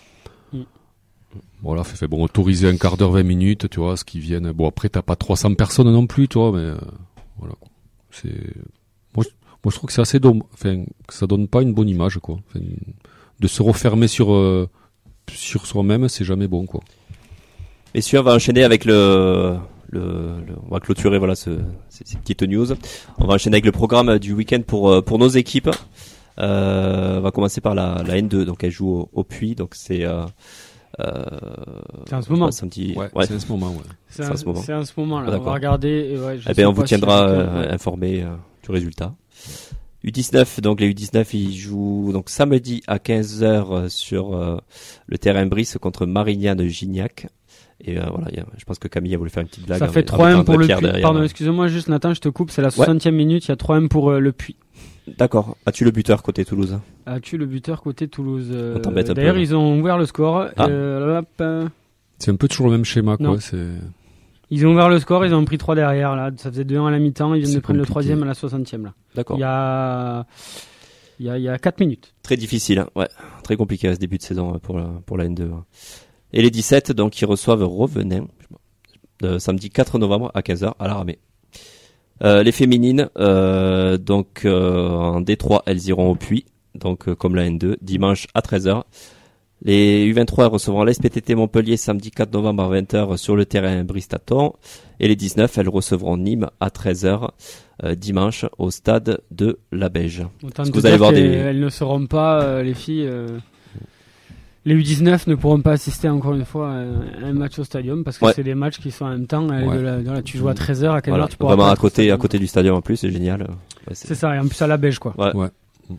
Speaker 3: Voilà, fait, fait bon, autoriser un quart d'heure, vingt minutes, tu vois, ce qui viennent. Bon, après, t'as pas trois cents personnes non plus, tu vois, mais euh, voilà. Quoi. C'est, moi, je, moi, je trouve que c'est assez dommage, enfin, que ça donne pas une bonne image, quoi. Enfin, de se refermer sur euh, sur soi-même, c'est jamais bon, quoi.
Speaker 1: Messieurs, on va enchaîner avec le, le, le on va clôturer, voilà, ce, ces, ces petites news. On va enchaîner avec le programme du week-end pour pour nos équipes. Euh, on va commencer par la, la N deux, donc elle joue au, au Puy, donc c'est euh, Euh,
Speaker 2: c'est en ce moment.
Speaker 1: Samedi.
Speaker 3: Ouais,
Speaker 1: Ouais.
Speaker 3: c'est en ce moment, ouais.
Speaker 2: C'est
Speaker 1: c'est
Speaker 2: un,
Speaker 1: en ce moment.
Speaker 2: c'est en ce moment là.
Speaker 1: Ah,
Speaker 2: on
Speaker 1: d'accord.
Speaker 2: va regarder. Et ouais, je
Speaker 1: Eh
Speaker 2: sais
Speaker 1: ben, on
Speaker 2: pas
Speaker 1: vous
Speaker 2: si
Speaker 1: tiendra
Speaker 2: c'est
Speaker 1: euh,
Speaker 2: quel-
Speaker 1: informé euh, du résultat. U dix-neuf, donc les U dix-neuf, ils jouent donc samedi à quinze heures sur euh, le terrain Brice contre Marignan de Gignac. Et euh, voilà, y a, je pense que Camille a voulu faire une petite blague.
Speaker 2: Ça
Speaker 1: en-
Speaker 2: fait
Speaker 1: en
Speaker 2: trois un
Speaker 1: mettant
Speaker 2: pour le
Speaker 1: Pierre
Speaker 2: Puy.
Speaker 1: derrière.
Speaker 2: Pardon, excusez-moi, juste Nathan, je te coupe. C'est la soixantième minute. Il y a trois un pour euh, le Puy.
Speaker 1: D'accord. As-tu le buteur côté Toulouse?
Speaker 2: As-tu le buteur côté Toulouse euh,
Speaker 1: On t'embête un peu,
Speaker 2: D'ailleurs,
Speaker 1: là.
Speaker 2: ils ont ouvert le score.
Speaker 1: Ah.
Speaker 2: Euh, hop, euh,
Speaker 3: C'est un peu toujours le même schéma,
Speaker 2: Non.
Speaker 3: quoi. C'est,
Speaker 2: ils ont ouvert le score. Ils ont pris trois derrière. Là, ça faisait deux un à la mi-temps. Ils viennent
Speaker 3: C'est
Speaker 2: de prendre le
Speaker 3: compliqué.
Speaker 2: troisième à la soixantième là.
Speaker 1: D'accord.
Speaker 2: Il y a, il y a, il y a quatre minutes.
Speaker 1: Très difficile, hein. Ouais, très compliqué à ce début de saison hein, pour la, pour la N deux. hein. Et les dix-sept, donc, ils reçoivent Rovenin, euh, samedi quatre novembre à quinze heures à la Ramée. Euh, les féminines, euh, donc, euh, en D trois, elles iront au Puy, donc, euh, comme la N deux, dimanche à treize heures. Les U vingt-trois recevront l'S P T T Montpellier samedi quatre novembre à vingt heures sur le terrain Bristaton. Et les dix-neuf, elles recevront Nîmes à treize heures euh, dimanche au stade de la Beige.
Speaker 2: Autant
Speaker 1: Est-ce
Speaker 2: te
Speaker 1: que vous allez
Speaker 2: dire
Speaker 1: voir
Speaker 2: qu'elles-
Speaker 1: des-
Speaker 2: elles ne seront pas, euh, les filles. euh, Les U dix-neuf ne pourront pas assister encore une fois à un match au stadium parce que
Speaker 1: Ouais.
Speaker 2: c'est des matchs qui sont en même temps. euh,
Speaker 3: Ouais.
Speaker 2: de la- de la- tu joues à treize heures, à quelle
Speaker 1: Voilà,
Speaker 2: heure tu pourras
Speaker 1: vraiment
Speaker 2: pas
Speaker 1: à
Speaker 2: être au
Speaker 1: côté, à
Speaker 2: stadium.
Speaker 1: côté du stadium en plus, c'est génial. Ouais,
Speaker 2: C'est ça, et en plus à la Beige quoi.
Speaker 1: Ouais.
Speaker 3: ouais.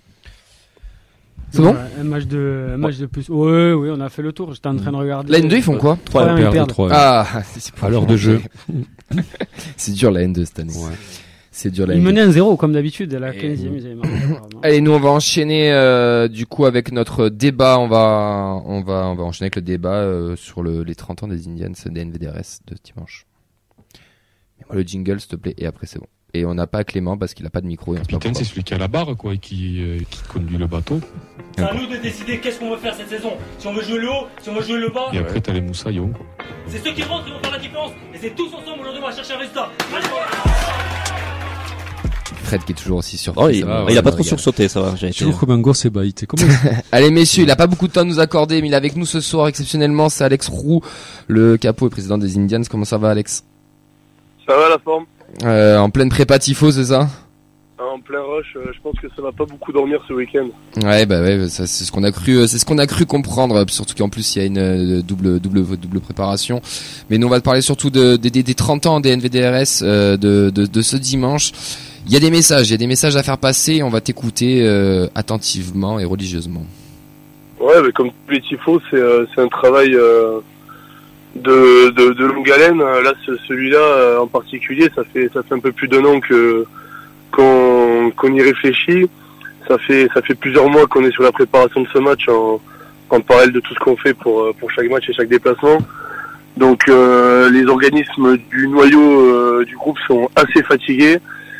Speaker 4: C'est bon
Speaker 2: Voilà, un match de, un match de plus. Oui, oui, on a fait le tour. J'étais en train de regarder.
Speaker 4: La N deux, ils font quoi
Speaker 2: trois un, ils
Speaker 3: Perdre
Speaker 2: perdent.
Speaker 3: trois.
Speaker 4: Ah, c'est pour
Speaker 3: À l'heure de jeu.
Speaker 4: C'est dur la N deux cette année.
Speaker 3: Ouais.
Speaker 4: C'est dur la
Speaker 2: Ils
Speaker 4: N deux.
Speaker 2: menaient un zéro comme d'habitude à la
Speaker 4: Et-
Speaker 2: quinzième. Ils avaient marqué, apparemment.
Speaker 4: Allez, nous on va enchaîner euh, du coup avec notre débat. On va on va on va enchaîner avec le débat euh, sur le, les trente ans des Indians des N V D R S de dimanche. Mets-moi le jingle s'il te plaît et après c'est bon. Et on n'a pas Clément parce qu'il a pas de micro. Et on sait pas
Speaker 8: Capitaine, c'est
Speaker 4: pourquoi.
Speaker 8: celui qui a la barre, quoi, et qui, euh, qui conduit le bateau.
Speaker 9: C'est à nous de décider qu'est-ce qu'on veut faire cette saison. Si on veut jouer le haut, si on veut jouer le bas.
Speaker 8: Et après, t'as les moussaillons, quoi.
Speaker 9: C'est ceux qui rentrent qui vont faire la différence. Et c'est tous ensemble aujourd'hui on va chercher un résultat. Allez,
Speaker 4: Fred qui est toujours aussi surpris.
Speaker 1: Oh, il,
Speaker 4: ça
Speaker 3: Ah,
Speaker 4: va,
Speaker 1: il a
Speaker 4: ça
Speaker 1: pas
Speaker 4: me
Speaker 1: trop
Speaker 4: régale.
Speaker 1: sursauté, ça va. J'ai été...
Speaker 3: Toujours comme un gosse ébahi. T'es comment
Speaker 4: Allez messieurs, il a pas beaucoup de temps à nous accorder, mais il est avec nous ce soir exceptionnellement. C'est Alex Roux, le capot et président des Indians. Comment ça va, Alex?
Speaker 10: Ça va la forme?
Speaker 4: euh, En pleine prépa tifo, c'est ça?
Speaker 10: En plein rush, euh, je pense que ça va pas beaucoup dormir ce week-end.
Speaker 4: Ouais, bah ouais, ça, c'est ce qu'on a cru, euh, c'est ce qu'on a cru comprendre, euh, surtout qu'en plus il y a une euh, double, double, double préparation. Mais nous on va te parler surtout de, des- des, des trente ans des N V D R S euh, de, de, de ce dimanche. Il y a des messages, il y a des messages à faire passer. On va t'écouter euh, attentivement et religieusement.
Speaker 10: Ouais, mais comme tous les tifos, c'est euh, c'est un travail euh, de, de, de longue haleine. Là, ce- celui-là euh, en particulier, ça fait ça fait un peu plus d'un an que qu'on qu'on y réfléchit. Ça fait ça fait plusieurs mois qu'on est sur la préparation de ce match en, en parallèle de tout ce qu'on fait pour euh, pour chaque match et chaque déplacement. Donc euh, les organismes du noyau euh, du groupe sont assez fatigués.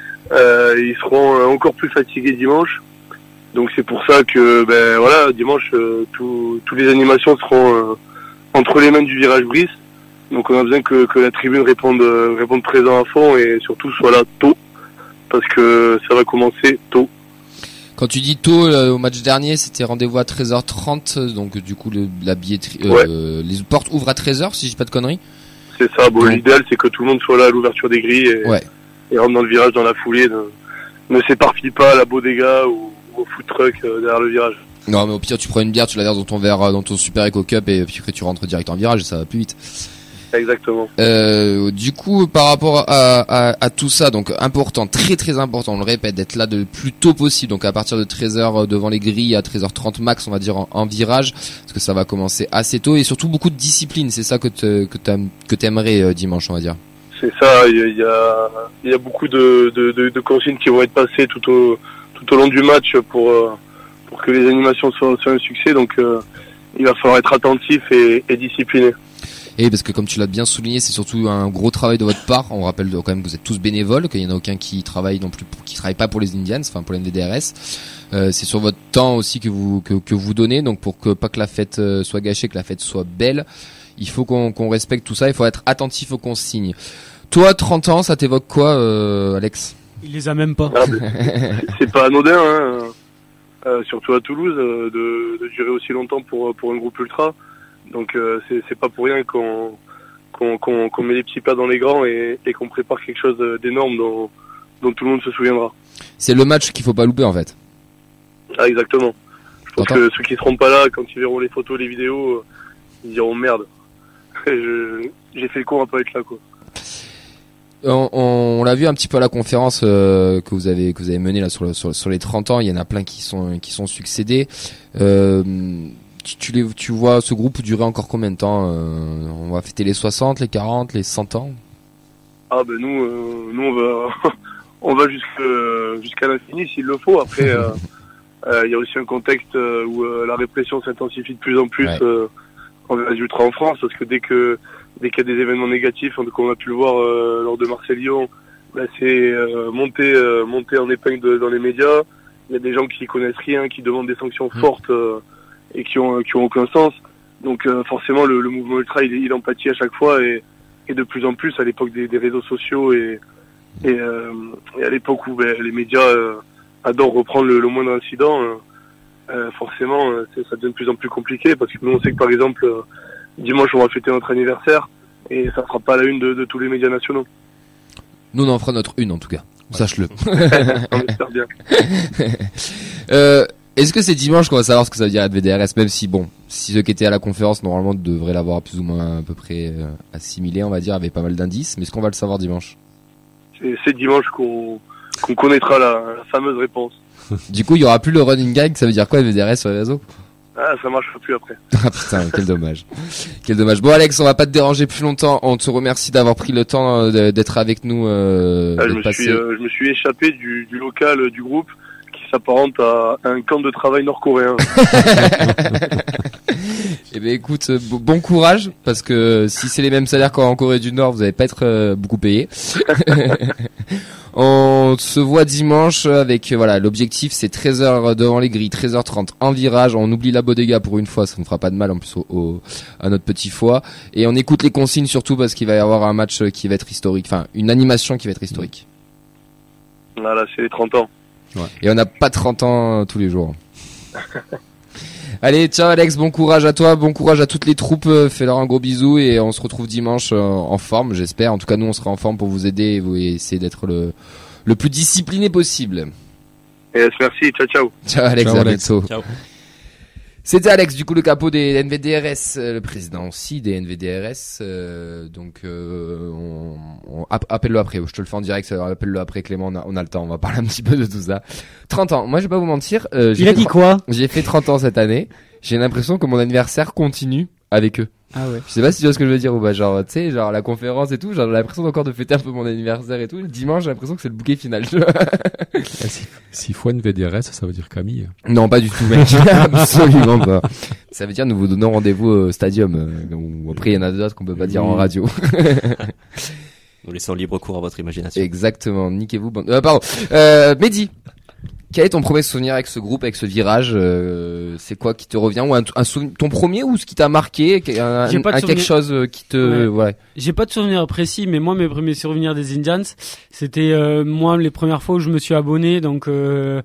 Speaker 10: Euh, ils seront euh, encore plus fatigués dimanche. Donc c'est pour ça que ben voilà dimanche euh, tout, toutes les animations seront euh, entre les mains du virage Brice. Donc on a besoin que, que la tribune réponde euh, réponde présent à fond et surtout soit là tôt parce que ça va commencer tôt.
Speaker 4: Quand tu dis tôt, euh, au match dernier, c'était rendez-vous à treize heures trente, donc du coup le, la billetterie, euh, les portes ouvrent à treize heures si je dis pas de conneries.
Speaker 10: C'est ça. Bon,
Speaker 4: Ouais.
Speaker 10: l'idéal c'est que tout le monde soit là à l'ouverture des grilles et,
Speaker 4: Ouais.
Speaker 10: et rentre dans le virage dans la foulée. Ne, ne s'éparpille pas à la bodega ou, ou au food truck euh, derrière le virage.
Speaker 4: Non, mais au pire tu prends une bière, tu la verses dans ton verre, euh, dans ton super Eco Cup et puis après tu rentres direct en virage, ça va plus vite.
Speaker 10: Exactement.
Speaker 4: Euh, du coup, par rapport à, à, à tout ça, donc important, très très important, on le répète, d'être là le plus tôt possible, donc à partir de treize heures devant les grilles, à treize heures trente max, on va dire en, en virage, parce que ça va commencer assez tôt, et surtout beaucoup de discipline, c'est ça que te, que t'aimes- que t'aimerais euh, dimanche, on va dire.
Speaker 10: C'est ça, il y a, il y a, il y a beaucoup de, de, de, de consignes qui vont être passées tout au, tout au long du match pour, euh, pour que les animations soient, soient un succès. Donc euh, il va falloir être attentif et, et discipliné.
Speaker 4: Et parce que comme tu l'as bien souligné, c'est surtout un gros travail de votre part. On rappelle quand même que vous êtes tous bénévoles, qu'il y en a aucun qui travaille non plus, pour, qui travaille pas pour les Indians, enfin pour les N V D R S. Euh, c'est sur votre temps aussi que vous que, que vous donnez, donc pour que pas que la fête euh, soit gâchée, que la fête soit belle, il faut qu'on qu'on respecte tout ça. Il faut être attentif aux consignes. Toi, trente ans, ça t'évoque quoi, euh, Alex?
Speaker 2: Il les a même pas.
Speaker 10: Ah, mais c'est pas anodin, hein, euh, surtout à Toulouse, euh, de, de durer aussi longtemps pour, pour un groupe ultra. Donc euh, c'est, c'est pas pour rien qu'on, qu'on, qu'on, qu'on met les petits pas dans les grands et, et qu'on prépare quelque chose d'énorme dont, dont tout le monde se souviendra.
Speaker 4: C'est le match qu'il faut pas louper en fait.
Speaker 10: Ah, exactement. Je pense
Speaker 4: T'entends
Speaker 10: que ceux qui seront pas là, quand ils verront les photos, les vidéos, ils diront merde. Je, j'ai fait le con à pas être là, quoi.
Speaker 4: On, on, on l'a vu un petit peu à la conférence euh, que vous avez que vous avez menée là sur, le, sur sur les trente ans. Il y en a plein qui sont qui sont succédés. Euh, tu, tu les tu vois ce groupe durer encore combien de temps? euh, On va fêter les soixante, les quarante, les cent ans.
Speaker 10: Ah ben nous euh, nous on va on va jusqu'à jusqu'à l'infini s'il le faut. Après il euh, euh, y a aussi un contexte où euh, la répression s'intensifie de plus en plus. Ouais. Euh, envers les ultras en France, parce que dès que dès qu'il y a des événements négatifs, comme on a pu le voir euh, lors de Marseille-Lyon, bah, c'est euh, monter euh, monter en épingle de, dans les médias. Il y a des gens qui connaissent rien, qui demandent des sanctions mmh. fortes euh, et qui ont qui ont aucun sens. Donc euh, forcément le, le mouvement ultra il, il empathie à chaque fois et, et de plus en plus à l'époque des, des réseaux sociaux et et, euh, et à l'époque où bah, les médias euh, adorent reprendre le, le moindre incident. Euh, Euh, forcément, euh, ça devient de plus en plus compliqué parce que nous on sait que par exemple euh, dimanche on va fêter notre anniversaire et ça fera pas la une de, de tous les médias nationaux.
Speaker 4: Nous on en fera notre une en tout cas, ouais. Sache-le.
Speaker 10: On espère bien.
Speaker 4: euh, est-ce que c'est dimanche qu'on va savoir ce que ça veut dire N V D R S, même si bon, si ceux qui étaient à la conférence normalement devraient l'avoir plus ou moins à peu près euh, assimilé, on va dire, avec pas mal d'indices, mais est-ce qu'on va le savoir dimanche?
Speaker 10: C'est, c'est dimanche qu'on, qu'on connaîtra la, la fameuse réponse.
Speaker 4: Du coup, il y aura plus le running gag, ça veut dire quoi N V D R S sur les réseaux?
Speaker 10: Ah, ça marchera plus après.
Speaker 4: Ah putain, quel dommage. Quel dommage. Bon Alex, on va pas te déranger plus longtemps. On te remercie d'avoir pris le temps d'être avec nous. Euh,
Speaker 10: ah, je, me suis, euh, je me suis échappé du, du local euh, du groupe qui s'apparente à un camp de travail nord-coréen.
Speaker 4: Eh ben écoute, bon courage, parce que si c'est les mêmes salaires qu'en Corée du Nord, vous allez pas être euh, beaucoup payé. On se voit dimanche avec, voilà, l'objectif c'est treize heures devant les grilles, treize heures trente en virage, on oublie la bodega pour une fois, ça ne fera pas de mal en plus au, au, à notre petit foie, et on écoute les consignes surtout parce qu'il va y avoir un match qui va être historique, enfin une animation qui va être historique.
Speaker 10: Voilà, c'est les trente ans.
Speaker 4: Ouais. Et on n'a pas trente ans tous les jours. Allez, ciao Alex, bon courage à toi, bon courage à toutes les troupes, fais-leur un gros bisou et on se retrouve dimanche en forme, j'espère. En tout cas, nous on sera en forme pour vous aider et vous essayer d'être le, le plus discipliné possible.
Speaker 10: Yes, merci, ciao ciao.
Speaker 4: Ciao Alex,
Speaker 3: ciao,
Speaker 4: à
Speaker 3: Alex.
Speaker 4: bientôt.
Speaker 3: Ciao.
Speaker 4: C'était Alex, du coup le capot des N V D R S, le président aussi des N V D R S. Euh, donc euh, on, on appelle-le après, je te le fais en direct, appelle-le après Clément, on a, on a le temps, on va parler un petit peu de tout ça. trente ans, moi je vais pas vous mentir. Euh, j'ai
Speaker 2: Il a dit quoi?
Speaker 4: J'ai fait trente ans cette année, j'ai l'impression que mon anniversaire continue avec eux.
Speaker 2: Ah ouais.
Speaker 4: Je sais pas si tu vois ce que je veux dire ou pas, genre tu sais, genre la conférence et tout, genre j'ai l'impression encore de fêter un peu mon anniversaire et tout. Le dimanche j'ai l'impression que c'est le bouquet final.
Speaker 3: S'il faut N V D R S, ça veut dire Camille.
Speaker 4: Non, pas du tout, mec. Absolument pas. Ça veut dire nous vous donnons rendez-vous au stadium. Euh, après, il y en a d'autres qu'on peut pas dire en radio.
Speaker 1: Nous laissons libre cours à votre imagination.
Speaker 4: Exactement. Niquez-vous. Bon... Euh, pardon. Euh, Mehdi, quel est ton premier souvenir avec ce groupe, avec ce virage? euh, C'est quoi qui te revient, ou un, un souvenir, ton premier, ou ce qui t'a marqué, un, un, un quelque chose qui te, ouais. ouais.
Speaker 2: J'ai pas de souvenir précis, mais moi mes premiers souvenirs des Indians, c'était euh, moi les premières fois où je me suis abonné, donc euh,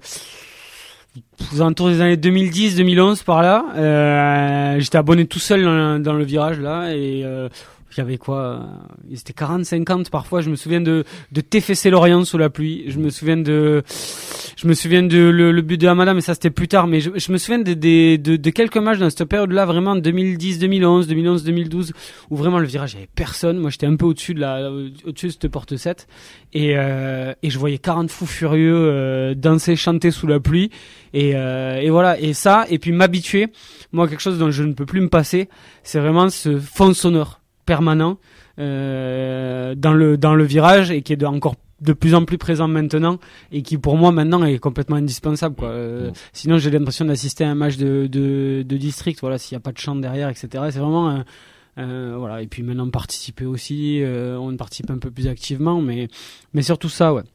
Speaker 2: aux alentours des années deux mille dix, deux mille onze par là. Euh, j'étais abonné tout seul dans, dans le virage là et euh, il y avait quoi, c'était quarante, cinquante parfois. Je me souviens de de T F C Lorient sous la pluie. Je me souviens de je me souviens de le, le but de Hamada, mais ça c'était plus tard. Mais je, je me souviens de, de de de quelques matchs dans cette période-là, vraiment deux mille dix, deux mille onze, deux mille onze, deux mille douze, où vraiment le virage il y avait personne. Moi j'étais un peu au-dessus de la au-dessus de cette porte sept et euh, et je voyais quarante fous furieux euh, danser, chanter sous la pluie et euh, et voilà, et ça, et puis m'habituer. Moi quelque chose dont je ne peux plus me passer, c'est vraiment ce fond sonore permanent euh, dans le dans le virage et qui est de, encore de plus en plus présent maintenant et qui pour moi maintenant est complètement indispensable quoi. Euh, mmh. Sinon j'ai l'impression d'assister à un match de de, de district, voilà, s'il y a pas de chant derrière, etc. C'est vraiment un, un, voilà. Et puis maintenant participer aussi, euh, on participe un peu plus activement, mais mais surtout ça, ouais.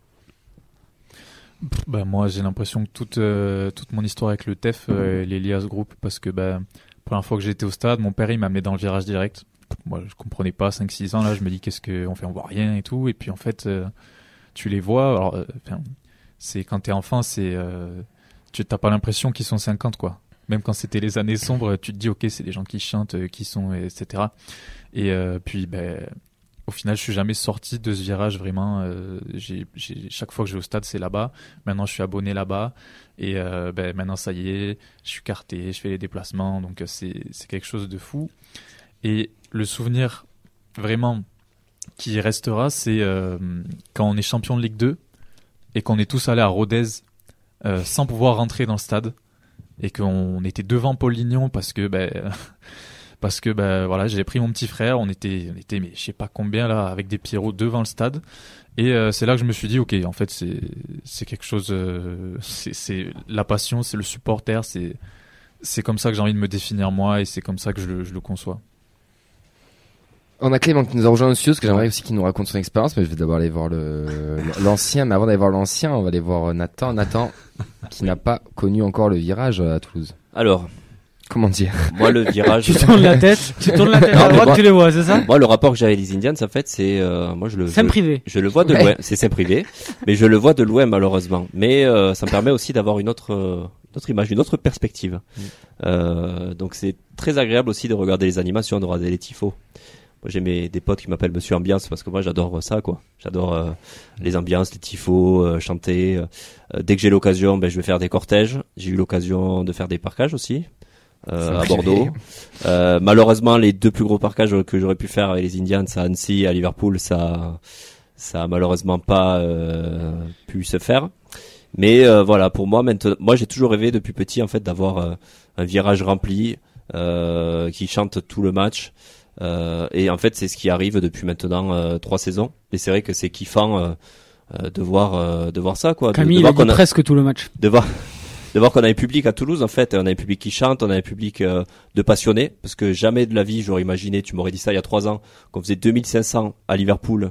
Speaker 5: Bah moi j'ai l'impression que toute euh, toute mon histoire avec le T E F euh, elle est liée à ce groupe, parce que bah première fois que j'étais au stade, mon père il m'a amené dans le virage direct. Moi je comprenais pas, cinq six ans là, je me dis qu'est-ce qu'on fait, on voit rien et tout, et puis en fait euh, tu les vois, alors euh, c'est quand t'es enfant, c'est euh, tu t'as pas l'impression qu'ils sont cinquante quoi, même quand c'était les années sombres, tu te dis ok c'est des gens qui chantent, qui sont, etc. Et euh, puis ben au final, je suis jamais sorti de ce virage vraiment. Euh, j'ai, j'ai, chaque fois que je vais au stade, c'est là-bas. Maintenant, je suis abonné là-bas. Et euh, ben, maintenant, ça y est, je suis carté, je fais les déplacements. Donc, c'est, c'est quelque chose de fou. Et le souvenir vraiment qui restera, c'est euh, quand on est champion de Ligue deux et qu'on est tous allés à Rodez euh, sans pouvoir rentrer dans le stade et qu'on était devant Paul Lignon parce que ben parce que ben voilà, j'ai pris mon petit frère, on était on était mais je sais pas combien là avec des Pierrots devant le stade et euh, c'est là que je me suis dit OK, en fait c'est c'est quelque chose euh, c'est c'est la passion, c'est le supporter, c'est c'est comme ça que j'ai envie de me définir moi et c'est comme ça que je le je le conçois.
Speaker 4: On a Clément qui nous a rejoint au studio, parce que j'aimerais aussi qu'il nous raconte son expérience, mais je vais d'abord aller voir le, l'ancien, mais avant d'aller voir l'ancien, on va aller voir Nathan. Nathan, qui n'a pas connu encore le virage à Toulouse.
Speaker 1: Alors.
Speaker 4: Comment dire?
Speaker 1: Moi, le virage.
Speaker 2: Tu tournes la tête, tu tournes la tête
Speaker 1: non,
Speaker 2: à droite,
Speaker 1: moi,
Speaker 2: tu les vois, c'est ça?
Speaker 1: Moi, le rapport que j'ai avec les Indians, en fait, c'est, euh, moi, je le,
Speaker 2: c'est
Speaker 1: je,
Speaker 2: privé.
Speaker 1: Je le vois de
Speaker 4: ouais.
Speaker 1: loin. C'est c'est privé. Mais je le vois de loin, malheureusement. Mais, euh, ça me permet aussi d'avoir une autre, euh, une autre image, une autre perspective. Mm. Euh, donc c'est très agréable aussi de regarder les animations, de regarder les tifos. Moi, j'ai mes, des potes qui m'appellent Monsieur Ambiance parce que moi, j'adore ça, quoi. J'adore euh, les ambiances, les tifos, euh, chanter. Euh, dès que j'ai l'occasion, ben, je vais faire des cortèges. J'ai eu l'occasion de faire des parkages aussi euh, à Bordeaux. Euh, malheureusement, les deux plus gros parkages que j'aurais pu faire avec les Indians, à Annecy et à Liverpool, ça, ça a malheureusement pas euh, pu se faire. Mais euh, voilà, pour moi, maintenant, moi, j'ai toujours rêvé depuis petit, en fait, d'avoir euh, un virage rempli euh, qui chante tout le match. Euh, et en fait, c'est ce qui arrive depuis maintenant euh, trois saisons. Et c'est vrai que c'est kiffant euh, euh, de voir euh, de voir ça, quoi.
Speaker 2: Camille,
Speaker 1: de, de
Speaker 2: il
Speaker 1: voir
Speaker 2: a dit
Speaker 1: qu'on a,
Speaker 2: presque tout le match.
Speaker 1: De voir de voir qu'on a un public à Toulouse, en fait. On a un public qui chante, on a un public euh, de passionnés. Parce que jamais de la vie, j'aurais imaginé, tu m'aurais dit ça il y a trois ans, qu'on faisait deux mille cinq cents à Liverpool.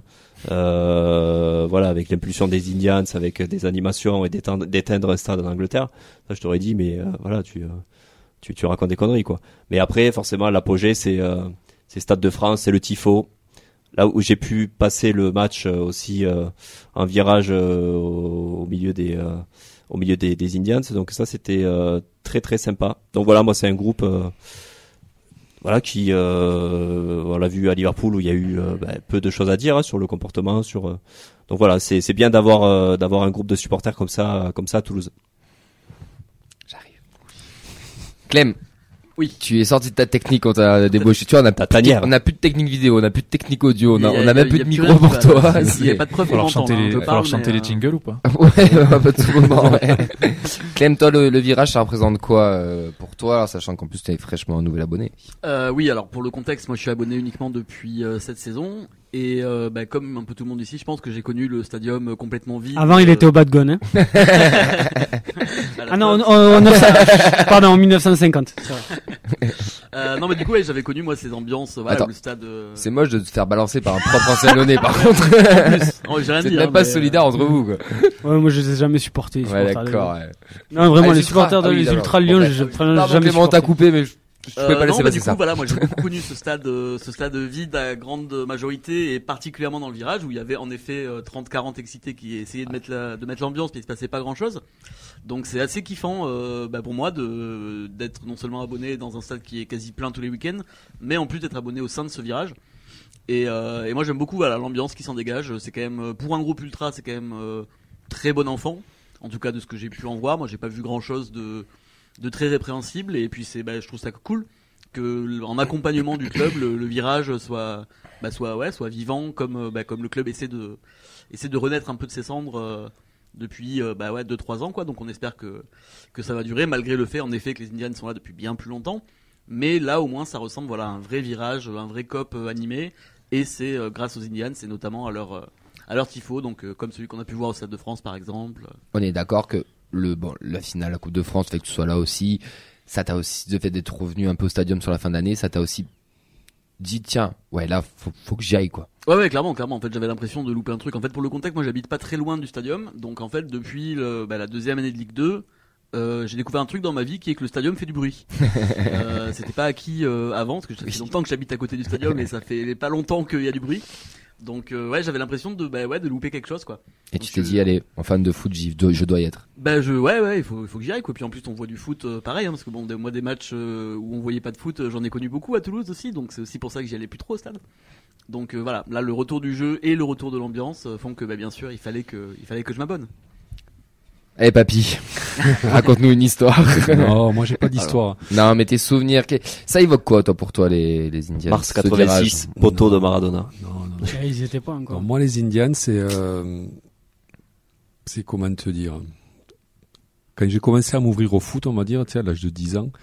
Speaker 1: Euh, voilà, avec l'impulsion des Indians, avec des animations et d'éteindre, d'éteindre un stade en Angleterre. Ça, je t'aurais dit, mais euh, voilà, tu, euh, tu tu racontes des conneries, quoi. Mais après, forcément, l'apogée, c'est euh, c'est Stade de France, c'est le tifo. Là où j'ai pu passer le match euh, aussi euh, en virage euh, au, au milieu des euh, au milieu des, des Indians. Donc ça, c'était euh, très très sympa. Donc voilà, moi c'est un groupe euh, voilà qui euh, on l'a vu à Liverpool où il y a eu euh, bah, peu de choses à dire hein, sur le comportement. Sur euh, donc voilà, c'est c'est bien d'avoir euh, d'avoir un groupe de supporters comme ça comme ça à Toulouse.
Speaker 4: J'arrive. Clem.
Speaker 11: Oui.
Speaker 4: Tu es sorti de ta technique quand t'as débauché. Tu vois, on a,
Speaker 1: ta tanière.
Speaker 4: On a plus de technique vidéo, on a plus de technique audio, on a,
Speaker 11: a,
Speaker 4: on a même
Speaker 11: a,
Speaker 4: plus
Speaker 11: a
Speaker 4: de
Speaker 11: plus
Speaker 4: micro
Speaker 11: rien,
Speaker 4: pour toi.
Speaker 11: Il n'y a pas de preuve qu'on
Speaker 5: m'entend.
Speaker 11: chanter
Speaker 5: Il va falloir chanter les
Speaker 11: euh...
Speaker 5: jingles ou pas?
Speaker 4: Ouais, on va pas tout moment, ouais. Clem, toi, le, le virage, ça représente quoi euh, pour toi, alors, sachant qu'en plus t'es fraîchement un nouvel abonné?
Speaker 11: euh, Oui, alors pour le contexte, moi je suis abonné uniquement depuis euh, cette saison. Et euh, bah, comme un peu tout le monde ici, je pense que j'ai connu le stadium complètement vide.
Speaker 2: Avant, il
Speaker 11: euh...
Speaker 2: était au Bad Gone. Hein. ah non, en, en, en neuf cents, pardon, en dix-neuf cent cinquante.
Speaker 11: euh, non, mais du coup, ouais, j'avais connu moi ces ambiances. Voilà,
Speaker 4: Attends,
Speaker 11: le stade. Euh...
Speaker 4: C'est moche de te faire balancer par un propre ancien lyonnais, par contre.
Speaker 11: En plus, oh, j'ai rien
Speaker 4: c'est
Speaker 11: dit,
Speaker 4: même
Speaker 11: hein,
Speaker 4: pas
Speaker 11: mais...
Speaker 4: solidaire entre vous, quoi.
Speaker 2: Ouais, moi je les ai jamais supportés. Les
Speaker 4: ouais, d'accord. Ouais.
Speaker 2: Non, vraiment,
Speaker 4: ah,
Speaker 2: les
Speaker 4: ultra,
Speaker 2: supporters de
Speaker 4: ah, oui,
Speaker 2: les
Speaker 4: d'accord.
Speaker 2: Ultra Lyon,
Speaker 4: bon,
Speaker 2: je
Speaker 4: bah,
Speaker 2: jamais
Speaker 4: pardon,
Speaker 2: jamais
Speaker 4: Clément, t'as coupé, mais je, je pouvais
Speaker 11: euh,
Speaker 4: pas laisser
Speaker 11: non, bah,
Speaker 4: passer
Speaker 11: du
Speaker 4: ça.
Speaker 11: coup, voilà, moi j'ai beaucoup connu ce stade, euh, ce stade vide à grande majorité et particulièrement dans le virage où il y avait en effet euh, trente quarante excités qui essayaient de mettre la, de mettre l'ambiance, mais il se passait pas grand chose. Donc c'est assez kiffant euh, bah, pour moi de d'être non seulement abonné dans un stade qui est quasi plein tous les week-ends, mais en plus d'être abonné au sein de ce virage. Et, euh, et moi j'aime beaucoup voilà, l'ambiance qui s'en dégage. C'est quand même pour un groupe ultra, c'est quand même euh, très bon enfant. En tout cas de ce que j'ai pu en voir, moi j'ai pas vu grand chose de de très répréhensible et puis c'est bah, je trouve ça cool que en accompagnement du club le, le virage soit bah, soit ouais soit vivant comme bah, comme le club essaie de essaie de renaître un peu de ses cendres euh, depuis euh, bah ouais deux trois ans quoi, donc on espère que que ça va durer malgré le fait en effet que les Indians sont là depuis bien plus longtemps, mais là au moins ça ressemble voilà à un vrai virage, un vrai cop euh, animé, et c'est euh, grâce aux Indians, c'est notamment à leur euh, à leur tifo, donc euh, comme celui qu'on a pu voir au Stade de France par exemple.
Speaker 4: On est d'accord que le bon la finale la Coupe de France fait que tu sois là aussi, ça t'a aussi, le fait d'être revenu un peu au stadium sur la fin d'année, ça t'a aussi dit tiens ouais là faut faut que j'y aille quoi.
Speaker 11: Ouais ouais clairement clairement en fait j'avais l'impression de louper un truc. En fait pour le contexte, moi j'habite pas très loin du stadium, donc en fait depuis le, bah, la deuxième année de Ligue deux euh, j'ai découvert un truc dans ma vie qui est que le stadium fait du bruit. euh, c'était pas acquis euh, avant parce que ça fait longtemps que j'habite à côté du stadium et ça fait pas longtemps qu'il y a du bruit. Donc euh, ouais, j'avais l'impression de bah ouais de louper quelque chose quoi.
Speaker 4: Et
Speaker 11: Donc,
Speaker 4: tu t'es
Speaker 11: euh,
Speaker 4: dit, allez, en fan de foot, j'y dois- je dois y être.
Speaker 11: Bah je ouais ouais il faut il faut que j'y aille quoi. Puis en plus on voit du foot euh, pareil hein, parce que bon des, moi des matchs euh, où on voyait pas de foot, euh, j'en ai connu beaucoup à Toulouse aussi, donc c'est aussi pour ça que j'y allais plus trop au stade. Donc euh, voilà, là le retour du jeu et le retour de l'ambiance euh, font que bah bien sûr il fallait que il fallait que je m'abonne.
Speaker 4: Eh papy, raconte-nous une histoire.
Speaker 3: Non, moi j'ai pas d'histoire.
Speaker 4: Alors, non, mais tes souvenirs, que- ça évoque quoi toi pour toi les les Indians?
Speaker 1: Mars
Speaker 4: Ce
Speaker 1: quatre-vingt-six,
Speaker 4: virage.
Speaker 1: poteau de Maradona.
Speaker 3: Non, non, non.
Speaker 2: Ouais, ils étaient pas encore.
Speaker 3: Non, moi les Indians, c'est euh, c'est comment te dire. Quand j'ai commencé à m'ouvrir au foot, on va dire, tu sais, à l'âge de dix ans,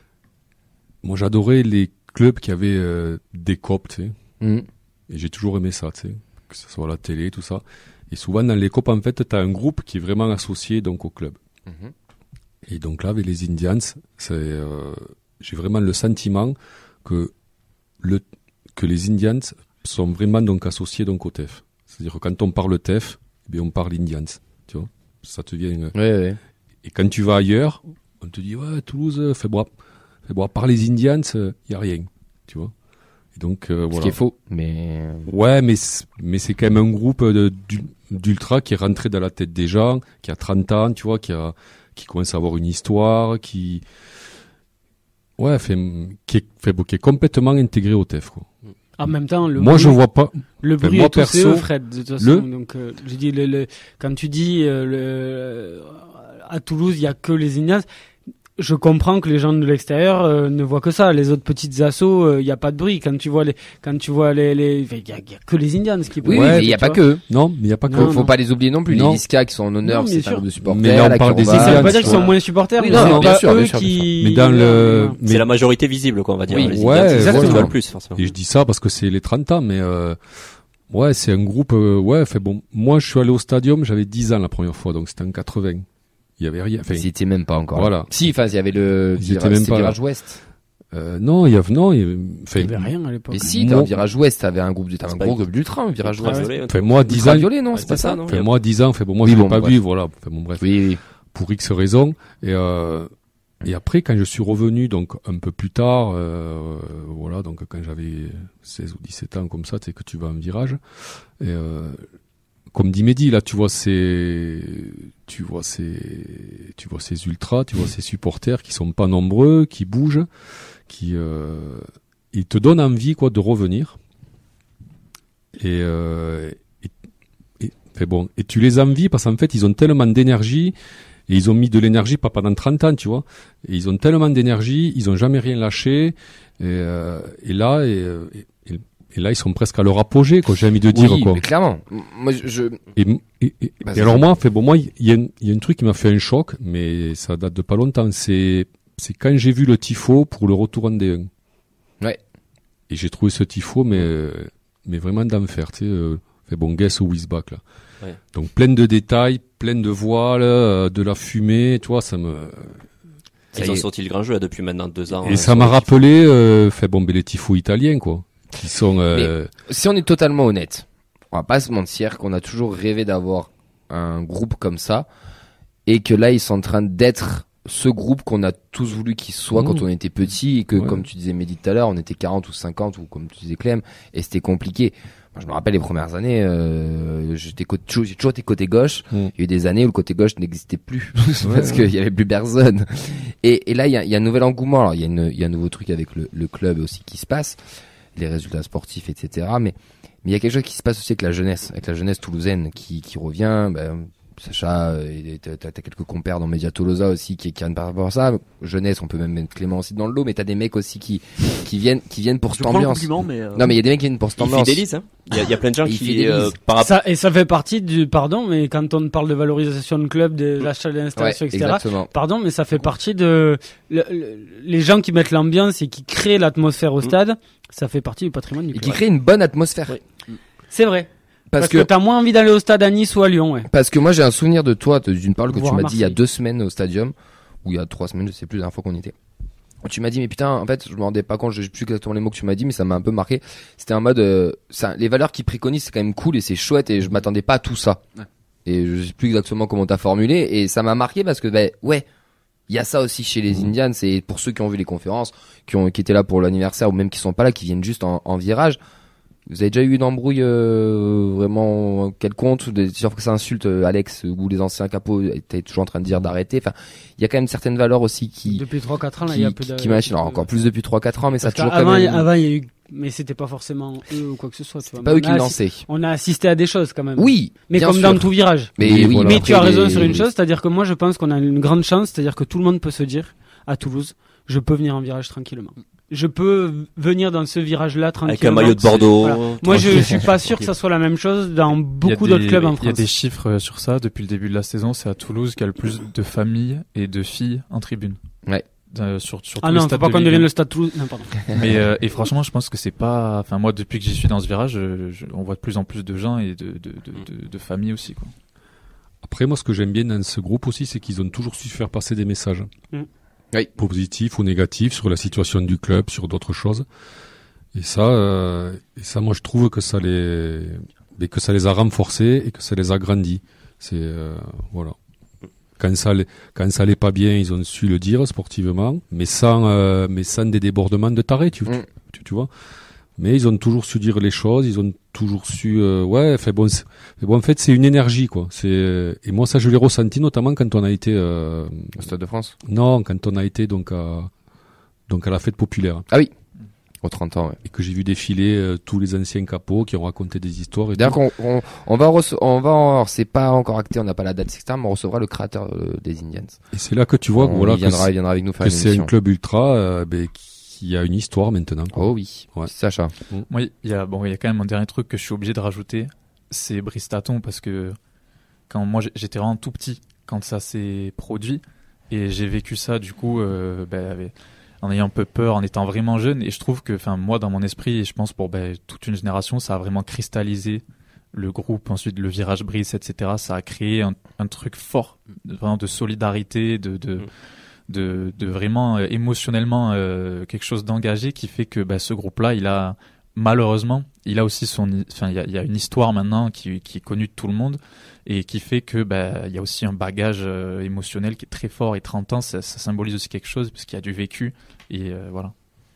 Speaker 3: moi j'adorais les clubs qui avaient euh, des copes, tu sais.
Speaker 4: Mhm.
Speaker 3: Et j'ai toujours aimé ça, tu sais, que ce soit la télé, tout ça. Et souvent dans les copes, en fait, t'as un groupe qui est vraiment associé donc au club.
Speaker 4: Mhm.
Speaker 3: Et donc là, avec les Indians, c'est, euh, j'ai vraiment le sentiment que le que les Indians sont vraiment donc associés donc au T E F. C'est-à-dire que quand on parle T E F, eh bien on parle Indians, tu vois. Ça te vient. euh,
Speaker 4: Ouais, ouais.
Speaker 3: Et quand tu vas ailleurs, on te dit ouais Toulouse, euh, fais boire, fais boire par les Indians, il euh, y a rien, tu vois. Et donc euh,
Speaker 4: Ce
Speaker 3: voilà.
Speaker 4: qui est faux, mais
Speaker 3: Ouais, mais c'est, mais c'est quand même un groupe de, d'ul- d'ultra qui est rentré dans la tête des gens, qui a trente ans, tu vois, qui a qui commence à avoir une histoire, qui ouais, fait qui est, fait, qui est complètement intégré au T E F quoi.
Speaker 2: En même temps, le
Speaker 3: Moi
Speaker 2: bruit,
Speaker 3: je vois pas.
Speaker 2: le
Speaker 3: enfin,
Speaker 2: bruit
Speaker 3: moi,
Speaker 2: est tous c'est
Speaker 3: perso,
Speaker 2: eux, Fred, de toute façon.
Speaker 3: le-
Speaker 2: Donc, euh, j'ai dit, le, le- quand tu dis euh, le, à Toulouse, il y a que les Indians. Je comprends que les gens de l'extérieur euh, ne voient que ça. Les autres petites assos, il y a pas de bruit. Quand tu vois les, quand tu vois les, les, il y a, y a que les Indians qui.
Speaker 4: oui,
Speaker 3: Ouais,
Speaker 4: mais il y a
Speaker 2: tu
Speaker 4: pas
Speaker 2: vois.
Speaker 4: que.
Speaker 3: Non, mais il y a pas que.
Speaker 2: Non,
Speaker 4: Faut, faut
Speaker 2: non.
Speaker 4: pas les oublier non plus.
Speaker 3: Non.
Speaker 4: Les Visca qui sont en honneur,
Speaker 2: Non,
Speaker 4: c'est
Speaker 2: bien
Speaker 4: un
Speaker 2: sûr.
Speaker 4: groupe de supporters.
Speaker 3: Mais là, on
Speaker 4: là,
Speaker 3: parle
Speaker 4: qui
Speaker 3: des
Speaker 4: on
Speaker 2: Mais
Speaker 4: va-
Speaker 2: ça veut
Speaker 3: Indians,
Speaker 2: pas dire qu'ils
Speaker 3: tu
Speaker 2: sont
Speaker 3: vois.
Speaker 2: moins supporters.
Speaker 4: Oui,
Speaker 2: mais
Speaker 4: non,
Speaker 2: c'est
Speaker 4: non, bien
Speaker 2: pas
Speaker 4: sûr,
Speaker 2: eux
Speaker 4: bien sûr, bien
Speaker 2: qui.
Speaker 3: Mais dans le, mais
Speaker 1: C'est la majorité visible quoi on va dire.
Speaker 3: Oui,
Speaker 1: les
Speaker 3: ouais,
Speaker 1: Indians, c'est ceux qui
Speaker 3: voilà.
Speaker 1: voient le plus forcément.
Speaker 3: Et je dis ça parce que c'est les trente ans, mais euh, ouais, c'est un groupe. Euh, ouais, fait bon. Moi, je suis allé au stadium, j'avais dix ans la première fois, donc c'était en quatre-vingts. Il y avait rien. Enfin,
Speaker 4: Ils étaient même pas encore. là.
Speaker 3: Voilà.
Speaker 4: Si, enfin, il y avait le
Speaker 3: Ils
Speaker 4: vira-
Speaker 3: étaient même
Speaker 4: c'était
Speaker 3: pas là.
Speaker 4: virage ouest.
Speaker 3: euh, non, il y avait non. Il y avait, enfin,
Speaker 2: Il y avait rien à l'époque.
Speaker 4: Et si,
Speaker 3: Moi-
Speaker 4: dans le virage ouest, t'avais un groupe, t'avais un
Speaker 1: C'est pas
Speaker 4: gros
Speaker 1: une-
Speaker 4: groupe d'ultra, un virage ouest.
Speaker 1: Ultraviolet, un
Speaker 3: enfin,
Speaker 1: truc.
Speaker 3: moi, dix ans.
Speaker 4: Ultraviolet, non,
Speaker 1: Ouais,
Speaker 4: c'est pas ça,
Speaker 1: non
Speaker 3: Enfin, moi, dix ans. Fait bon, moi,
Speaker 4: Oui,
Speaker 3: je l'ai
Speaker 4: bon,
Speaker 3: pas
Speaker 4: bref.
Speaker 3: vu, voilà. Enfin, bon, bref.
Speaker 4: Oui, oui.
Speaker 3: Pour X raisons. Et euh, et après, quand je suis revenu, donc un peu plus tard, euh, voilà, donc quand j'avais seize ou dix-sept ans, comme ça, tu sais que tu vas en virage. Et euh, comme dit Mehdi, là, tu vois ces, tu vois ces, tu vois ces ultras, tu vois ces supporters qui sont pas nombreux, qui bougent, qui, euh, ils te donnent envie, quoi, de revenir. Et, euh, et, et, fait bon, et tu les envies parce qu'en fait, ils ont tellement d'énergie. Et ils ont mis de l'énergie, pas pendant trente ans, tu vois. Et ils ont tellement d'énergie, ils ont jamais rien lâché. Et, euh, et là, et, et, et là, ils sont presque à leur apogée, quoi. J'ai envie de dire,
Speaker 4: Oui,
Speaker 3: quoi.
Speaker 4: mais clairement. Moi, je, je-
Speaker 3: Et, et, et-
Speaker 4: Bah,
Speaker 3: et
Speaker 4: c'est
Speaker 3: alors
Speaker 4: ça.
Speaker 3: moi, fait bon, moi, il y a, un- il y a un truc qui m'a fait un choc, mais ça date de pas longtemps. C'est, c'est quand j'ai vu le tifo pour le retour en D un.
Speaker 4: Ouais.
Speaker 3: Et j'ai trouvé ce tifo, mais, euh, mais vraiment d'enfer, tu sais. Euh, fait bon, guess who is back, là.
Speaker 1: Ouais.
Speaker 3: Donc plein de détails, plein de voiles, euh, de la fumée, tu vois, ça me.
Speaker 1: Ils ont sorti le grand jeu là depuis maintenant deux ans.
Speaker 3: Et
Speaker 1: euh,
Speaker 3: ça
Speaker 1: sur
Speaker 3: m'a
Speaker 1: le
Speaker 3: rappelé, euh, fait bon, ben, les tifos italiens, quoi, qui sont. Euh,
Speaker 4: si on est totalement honnête, on va pas se mentir qu'on a toujours rêvé d'avoir un groupe comme ça et que là ils sont en train d'être ce groupe qu'on a tous voulu qu'il soit
Speaker 3: Mmh.
Speaker 4: quand on était petit et que
Speaker 3: Ouais.
Speaker 4: comme tu disais Mehdi tout à l'heure, on était quarante ou cinquante ou comme tu disais Clem et c'était compliqué. Moi, je me rappelle les premières années, euh, j'étais côté, toujours- j'ai toujours été côté gauche.
Speaker 3: Mmh.
Speaker 4: Il y a eu des années où le côté gauche n'existait plus parce
Speaker 3: Ouais,
Speaker 4: qu'il y avait plus personne. Et, et là, il y a, il y a un nouvel engouement. Alors, il y a, une, il y a un nouveau truc avec le, le club aussi qui se passe, les résultats sportifs, et cetera. Mais mais il y a quelque chose qui se passe aussi avec la jeunesse, avec la jeunesse toulousaine qui, qui revient. Ben, Sacha, euh, et t'as, t'as quelques compères dans Media Tolosa aussi qui, qui viennent par rapport à ça. Jeunesse, on peut même mettre Clément aussi dans le lot, mais t'as des mecs aussi qui, qui viennent, qui viennent pour
Speaker 11: Je
Speaker 4: cette
Speaker 11: prends le
Speaker 4: ambiance.
Speaker 11: compliment, mais, euh,
Speaker 4: Non, mais il y a des mecs qui viennent pour cette
Speaker 1: Ils
Speaker 4: ambiance.
Speaker 1: fidélisent, hein. Il y a, il y a plein de gens
Speaker 4: Ils
Speaker 1: qui,
Speaker 4: fidélisent.
Speaker 1: euh, par rapport.
Speaker 2: Ça, et ça fait partie du, pardon, mais quand on parle de valorisation de club, de l'achat d'installation,
Speaker 4: Ouais,
Speaker 2: et cetera.
Speaker 4: exactement.
Speaker 2: Pardon, mais ça fait partie de le- le- les gens qui mettent l'ambiance et qui créent l'atmosphère au stade. Ça fait partie du patrimoine du
Speaker 4: Et
Speaker 2: club.
Speaker 4: qui crée une bonne atmosphère.
Speaker 2: Oui. C'est vrai.
Speaker 4: Parce,
Speaker 2: Parce, que, t'as moins envie d'aller au stade à Nice ou à Lyon, ouais.
Speaker 4: Parce que moi j'ai un souvenir de toi, de- d'une parole que
Speaker 2: Voir
Speaker 4: tu m'as
Speaker 2: Marseille.
Speaker 4: dit il y a deux semaines au stadium, ou il y a trois semaines, je sais plus la dernière fois qu'on y était. Où tu m'as dit mais putain, en fait je me rendais pas compte, je sais plus exactement les mots que tu m'as dit, mais ça m'a un peu marqué. C'était un mode, euh, ça, les valeurs qu'ils préconisent c'est quand même cool et c'est chouette et je m'attendais pas à tout ça.
Speaker 11: Ouais.
Speaker 4: Et je sais plus exactement comment t'as formulé et ça m'a marqué parce que ben ouais, il y a ça aussi chez les Indians. C'est pour ceux qui ont vu les conférences, qui ont qui étaient là pour l'anniversaire ou même qui sont pas là, qui viennent juste en, en virage. Vous avez déjà eu une embrouille euh, vraiment quelconque, des sûr que ça insulte euh, Alex ou les anciens capots étaient toujours en train de dire d'arrêter. Enfin, il y a quand même certaines valeurs aussi qui
Speaker 2: depuis trois quatre ans là,
Speaker 4: qui,
Speaker 2: il y a peu
Speaker 4: qui,
Speaker 2: de
Speaker 4: qui machinent. Alors encore plus depuis trois quatre ans, mais ça a
Speaker 2: Parce
Speaker 4: toujours
Speaker 2: qu'avant,
Speaker 4: quand même.
Speaker 2: avant il y a eu, mais c'était pas forcément eux ou quoi que ce soit. Tu vois.
Speaker 4: Pas
Speaker 2: Mais
Speaker 4: eux qui
Speaker 2: on a
Speaker 4: le
Speaker 2: assi-
Speaker 4: lançaient.
Speaker 2: On a assisté à des choses quand même.
Speaker 4: Oui,
Speaker 2: mais
Speaker 4: bien
Speaker 2: comme
Speaker 4: sûr.
Speaker 2: dans tout virage.
Speaker 4: Mais
Speaker 3: Oui,
Speaker 4: oui,
Speaker 3: voilà.
Speaker 2: Mais
Speaker 4: après,
Speaker 2: tu as raison
Speaker 4: les-
Speaker 2: sur une chose, c'est-à-dire que moi je pense qu'on a une grande chance, c'est-à-dire que tout le monde peut se dire à Toulouse, je peux venir en virage tranquillement. Je peux venir dans ce virage-là tranquillement.
Speaker 1: Avec un maillot de Bordeaux.
Speaker 2: Voilà. Moi je, je suis pas sûr que ça soit la même chose dans beaucoup d'autres clubs en
Speaker 5: Il y a
Speaker 2: France.
Speaker 5: des chiffres euh, sur ça. Depuis le début de la saison, c'est à Toulouse qu'il y a le plus de familles et de filles en tribune.
Speaker 4: Ouais.
Speaker 5: Euh, sur, sur
Speaker 2: Ah
Speaker 5: tous les
Speaker 2: non, faut
Speaker 5: stades
Speaker 2: pas
Speaker 5: de
Speaker 2: qu'on
Speaker 5: Ligue
Speaker 2: devienne
Speaker 5: un.
Speaker 2: le stade Toulouse. Non, pardon.
Speaker 5: Mais euh, et franchement, je pense que c'est pas. Enfin, moi, depuis que j'y suis dans ce virage, je, je- on voit de plus en plus de gens et de de de, de, de familles aussi, quoi.
Speaker 3: Après, moi, ce que j'aime bien dans ce groupe aussi, c'est qu'ils ont toujours su faire passer des messages.
Speaker 2: Mm.
Speaker 4: Oui.
Speaker 3: Positifs ou négatifs sur la situation du club, sur d'autres choses. Et ça, euh, et ça, moi, je trouve que ça les, mais que ça les a renforcés et que ça les a grandis. C'est, euh, voilà. Quand ça allait, quand ça allait pas bien, ils ont su le dire sportivement, mais sans, euh, mais sans des débordements de taré, tu,
Speaker 4: Mm.
Speaker 3: tu, tu vois. Mais ils ont toujours su dire les choses, ils ont toujours su, euh, ouais, fait bon, c'est- mais bon, en fait, c'est une énergie, quoi. C'est, et moi, ça, je l'ai ressenti notamment quand on a été, euh,
Speaker 4: Au Stade de France.
Speaker 3: non, quand on a été donc à, donc à la fête populaire.
Speaker 4: Ah oui. Aux trente ans, ouais.
Speaker 3: Et que j'ai vu défiler euh, tous les anciens capots qui ont raconté des histoires. Et
Speaker 4: D'ailleurs,
Speaker 3: tout.
Speaker 4: qu'on- on, on va rece- on va, en- alors, c'est pas encore acté, on n'a pas la date, et cetera, mais on recevra le créateur euh, des Indians.
Speaker 3: Et c'est là que tu vois, que,
Speaker 4: On-
Speaker 3: voilà,
Speaker 4: il viendra,
Speaker 3: que c'est-
Speaker 4: il viendra avec nous faire
Speaker 3: que
Speaker 4: une
Speaker 3: c'est un
Speaker 4: émission.
Speaker 3: club ultra, euh, ben, qui a une histoire maintenant, quoi.
Speaker 4: Oh oui.
Speaker 3: Ouais.
Speaker 4: Sacha.
Speaker 5: Moi, il y a bon, il y a quand même un dernier truc que je suis obligé de rajouter, c'est Brice Taton, parce que quand moi j'ai- j'étais vraiment tout petit quand ça s'est produit et j'ai vécu ça du coup euh, ben, avec- en ayant un peu peur, en étant vraiment jeune, et je trouve que, enfin moi dans mon esprit, et je pense pour ben, toute une génération, ça a vraiment cristallisé le groupe, ensuite le virage Brice, et cetera. Ça a créé un, un truc fort, vraiment de solidarité, de de de, de vraiment euh, émotionnellement euh, quelque chose d'engagé qui fait que bah, ce groupe-là, il a malheureusement, il a aussi son, hi- enfin il y a, il y a une histoire maintenant qui, qui est connue de tout le monde et qui fait que bah il y a aussi un bagage euh, émotionnel qui est très fort, et trente ans, ça, ça symbolise aussi quelque chose parce qu'il y a du vécu et euh, voilà.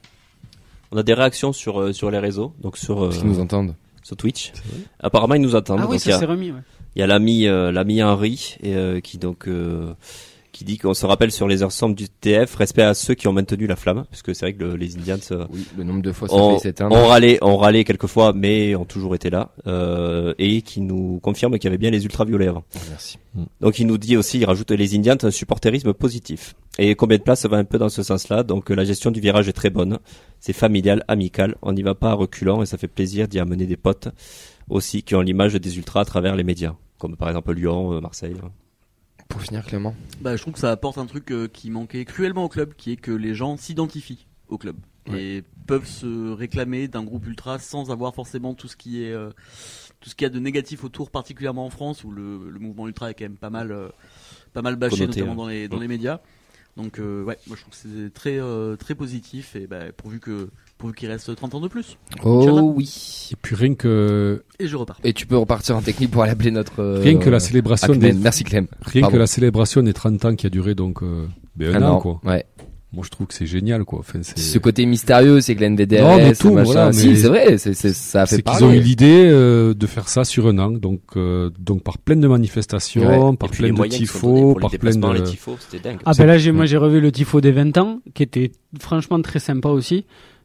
Speaker 1: On a des réactions sur euh, sur les réseaux, donc sur euh,
Speaker 4: Est-ce qu'ils nous entendent?
Speaker 1: sur Twitch. Apparemment, ils nous attendent.
Speaker 2: Ah oui,
Speaker 1: donc il y
Speaker 2: ça
Speaker 1: a-
Speaker 2: s'est remis. Ouais.
Speaker 1: Il y a l'ami euh, l'ami Henri et, euh, qui donc euh, qui dit qu'on se rappelle sur les ensembles du T F, respect à ceux qui ont maintenu la flamme, parce que c'est vrai que le- les Indians euh,
Speaker 4: Oui, le nombre de fois ça
Speaker 1: ont,
Speaker 4: fait s'éteindre.
Speaker 1: ont râlé, ont râlé quelques fois, mais ont toujours été là, euh, et qui nous confirme qu'il y avait bien les ultraviolets avant.
Speaker 4: Ah, merci.
Speaker 1: Donc il nous dit aussi, il rajoute les Indians un supporterisme positif. Et combien de place va un peu dans ce sens-là. Donc euh, la gestion du virage est très bonne, c'est familial, amical, on n'y va pas à reculant et ça fait plaisir d'y amener des potes aussi qui ont l'image des ultras à travers les médias, comme par exemple Lyon, euh, Marseille.
Speaker 4: Pour finir, Clément.
Speaker 11: Bah, je trouve que ça apporte un truc euh, qui manquait cruellement au club, qui est que les gens s'identifient au club et peuvent se réclamer d'un groupe ultra sans avoir forcément tout ce qui est euh, tout ce qu'il y a de négatif autour, particulièrement en France où le, le mouvement ultra est quand même pas mal euh, pas mal bâché,
Speaker 1: Connoté,
Speaker 11: notamment
Speaker 1: ouais.
Speaker 11: dans les dans
Speaker 1: Mm.
Speaker 11: les médias. Donc euh, ouais, moi je trouve que c'est très euh, très positif et bah, pourvu que pourvu qu'il reste trente ans de plus. Inch'Allah.
Speaker 4: Oh oui.
Speaker 3: Et puis rien que,
Speaker 11: Et je repars.
Speaker 4: Et tu peux repartir en technique pour aller appeler notre. euh,
Speaker 3: rien que la célébration
Speaker 4: Ahmed.
Speaker 3: des,
Speaker 4: Merci Clem.
Speaker 3: rien
Speaker 4: Pardon.
Speaker 3: que la célébration des trente ans qui a duré donc, euh, ben, un
Speaker 4: Ah
Speaker 3: an,
Speaker 4: non,
Speaker 3: quoi.
Speaker 4: Ouais.
Speaker 3: Moi, je trouve que c'est génial, quoi. Enfin, c'est,
Speaker 4: Ce côté mystérieux, c'est que l'N V D R S,
Speaker 3: Non, mais tout,
Speaker 4: machin.
Speaker 3: voilà,
Speaker 4: Si,
Speaker 3: mais
Speaker 4: c'est vrai, c'est, c'est, ça a fait
Speaker 3: c'est qu'ils
Speaker 4: parler.
Speaker 3: ont eu l'idée euh, de faire ça sur un an, donc euh, donc par plein de manifestations,
Speaker 4: Ouais.
Speaker 3: par
Speaker 1: Et puis
Speaker 3: plein
Speaker 1: les
Speaker 3: de
Speaker 1: moyens qui sont donnés
Speaker 3: tifos,
Speaker 1: pour les
Speaker 3: par plein
Speaker 1: déplacements,
Speaker 3: de.
Speaker 1: les tifos, c'était dingue.
Speaker 2: Ah ben là, j'ai, moi j'ai revu le tifo des vingt ans, qui était franchement très sympa aussi.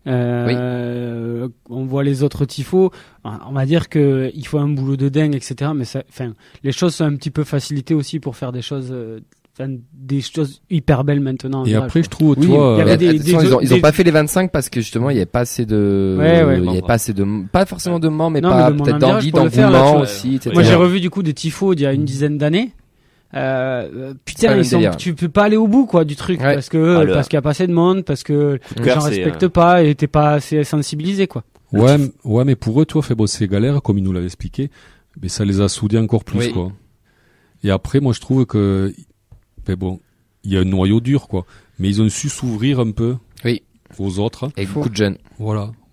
Speaker 2: Euh, On voit les autres tifos. On va dire que il faut un boulot de dingue, et cetera. Mais ça, enfin, les choses sont un petit peu facilitées aussi pour faire des choses, euh, enfin, des choses hyper belles maintenant. en
Speaker 3: Et
Speaker 2: virage,
Speaker 3: après,
Speaker 2: quoi.
Speaker 3: je trouve,
Speaker 2: Oui,
Speaker 3: tu vois,
Speaker 2: il y avait
Speaker 3: euh,
Speaker 2: des-
Speaker 4: Attention,
Speaker 2: des-
Speaker 4: ils ont, ils ont
Speaker 2: des-
Speaker 4: pas fait les vingt-cinq parce que justement il y avait pas assez de,
Speaker 2: Ouais, ouais.
Speaker 4: il y avait pas assez de, pas forcément de membres, mais
Speaker 2: Non,
Speaker 4: pas
Speaker 2: mais de mon
Speaker 4: peut-être
Speaker 2: virage
Speaker 4: d'envie,
Speaker 2: pour le faire, là,
Speaker 4: d'engouement
Speaker 2: tu vois.
Speaker 4: aussi, et cetera.
Speaker 2: Moi, j'ai revu du coup des tifos il y a une dizaine d'années. Euh, euh,
Speaker 4: C'est pas
Speaker 2: putain,
Speaker 4: le
Speaker 2: ils
Speaker 4: même
Speaker 2: sont,
Speaker 4: délire.
Speaker 2: tu peux pas aller au bout quoi du truc
Speaker 4: Ouais.
Speaker 2: parce que
Speaker 1: Ah, le-
Speaker 2: parce qu'il y a pas assez de monde, parce que
Speaker 1: de
Speaker 2: les
Speaker 1: cœur,
Speaker 2: gens
Speaker 1: c'est,
Speaker 2: respectent
Speaker 1: euh,
Speaker 2: pas et t'es pas assez sensibilisé quoi.
Speaker 3: ouais, m- ouais, mais pour eux, toi, fait bon, c'est galère, comme ils nous l'avaient expliqué, mais ça les a soudés encore plus,
Speaker 4: Oui.
Speaker 3: quoi. Et après, moi, je trouve que, ben bon, il y a un noyau dur, quoi. Mais ils ont su s'ouvrir un peu.
Speaker 4: Oui.
Speaker 3: Aux autres.
Speaker 4: Avec beaucoup de jeunes.
Speaker 3: Voilà.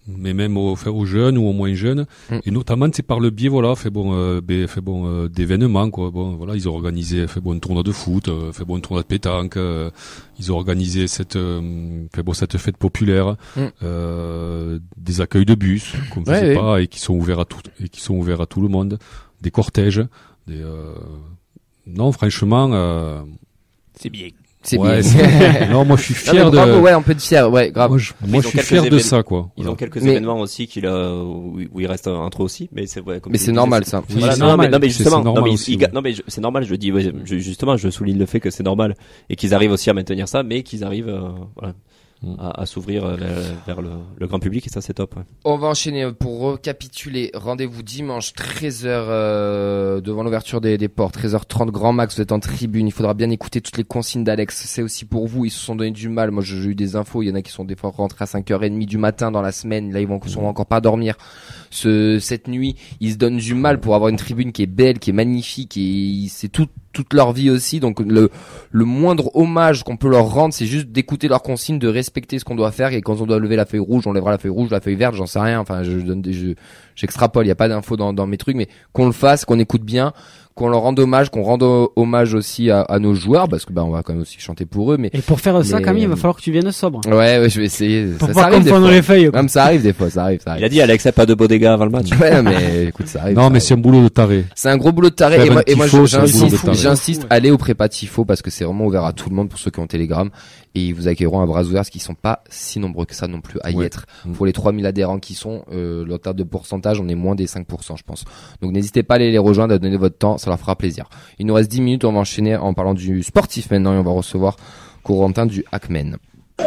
Speaker 3: mais même aux, enfin, aux jeunes ou aux moins jeunes. Mm. Et notamment, c'est par le biais, voilà, fait bon, euh, ben, fait bon, euh, d'événements, quoi. Bon, voilà, ils ont organisé, fait bon, un tournoi de foot, euh, fait bon, un tournoi de pétanque. Euh, ils ont organisé cette, euh, fait bon, cette fête populaire, mm. euh, des accueils de bus, qu'on
Speaker 4: ouais,
Speaker 3: faisait
Speaker 4: ouais.
Speaker 3: pas et qui sont ouverts à tout, et qui sont ouverts à tout le monde, des cortèges, des. Euh... Non, franchement. Euh...
Speaker 1: C'est bien.
Speaker 4: C'est
Speaker 3: ouais,
Speaker 4: bien.
Speaker 3: C'est... non, moi je suis fier
Speaker 4: non,
Speaker 3: de.
Speaker 4: Bravo, ouais, on peut être fier, ouais, grave.
Speaker 3: Moi je, moi, je suis fier évén... de ça, quoi.
Speaker 1: Ils
Speaker 3: voilà.
Speaker 1: ont quelques
Speaker 4: mais...
Speaker 1: événements aussi qu'il a, où, où il reste entre aussi, mais c'est ouais, comme
Speaker 4: Mais c'est normal, ça.
Speaker 1: Oui, voilà,
Speaker 3: c'est
Speaker 1: non,
Speaker 3: normal.
Speaker 1: mais, non, mais justement,
Speaker 3: c'est, c'est
Speaker 1: non, mais,
Speaker 3: aussi,
Speaker 1: il,
Speaker 3: ouais.
Speaker 1: non, mais je, c'est normal, je dis, ouais, je, justement, je souligne le fait que c'est normal et qu'ils arrivent aussi à maintenir ça, mais qu'ils arrivent, euh, voilà. À, à s'ouvrir vers, vers le, le grand public et ça c'est top. Ouais.
Speaker 4: On va enchaîner pour récapituler. Rendez-vous dimanche treize heures euh, devant l'ouverture des, des portes, treize heures trente grand max. Vous êtes en tribune. Il faudra bien écouter toutes les consignes d'Alex. C'est aussi pour vous. Ils se sont donné du mal. Moi j'ai eu des infos. Il y en a qui sont des fois rentrés à cinq heures trente du matin dans la semaine. Là ils vont sûrement encore pas dormir. Ce, cette nuit ils se donnent du mal pour avoir une tribune qui est belle, qui est magnifique et c'est tout toute leur vie aussi, donc le le moindre hommage qu'on peut leur rendre, c'est juste d'écouter leurs consignes, de respecter ce qu'on doit faire, et quand on doit lever la feuille rouge, on lèvera la feuille rouge, la feuille verte, j'en sais rien, enfin je donne des, je, j'extrapole, il y a pas d'infos dans dans mes trucs, mais qu'on le fasse, qu'on écoute bien, qu'on leur rende hommage, qu'on rende hommage aussi à, à nos joueurs, parce que bah on va quand même aussi chanter pour eux, mais
Speaker 2: et pour faire
Speaker 4: mais...
Speaker 2: ça, Camille, il va falloir que tu viennes sobre.
Speaker 4: Ouais, ouais, je vais essayer.
Speaker 2: Pour
Speaker 4: ça,
Speaker 2: pas
Speaker 4: ça arrive des fois.
Speaker 2: Les feuilles,
Speaker 4: Même ça arrive des fois, ça arrive, ça arrive.
Speaker 1: Il a dit Alex, pas de beaux dégâts avant le match.
Speaker 4: Ouais, mais écoute, ça arrive.
Speaker 3: Non,
Speaker 4: ça
Speaker 3: mais
Speaker 4: arrive.
Speaker 3: c'est un boulot de taré.
Speaker 4: C'est un gros boulot de taré.
Speaker 3: Faire
Speaker 4: Et moi, et moi
Speaker 3: tifo,
Speaker 4: j'insiste, j'insiste,
Speaker 2: ouais.
Speaker 4: allez au prépa tifo parce que c'est vraiment ouvert à tout le monde pour ceux qui ont Telegram. Et ils vous accueilleront à bras ouverts, parce qu'ils sont pas si nombreux que ça non plus à y
Speaker 3: ouais.
Speaker 4: être. Pour les trois mille adhérents qui sont, euh, leur terme de pourcentage, on est moins des cinq pour cent, je pense. Donc n'hésitez pas à aller les rejoindre, à donner votre temps, ça leur fera plaisir. Il nous reste dix minutes, on va enchaîner en parlant du sportif maintenant et on va recevoir Corentin du Hackman.
Speaker 12: C'est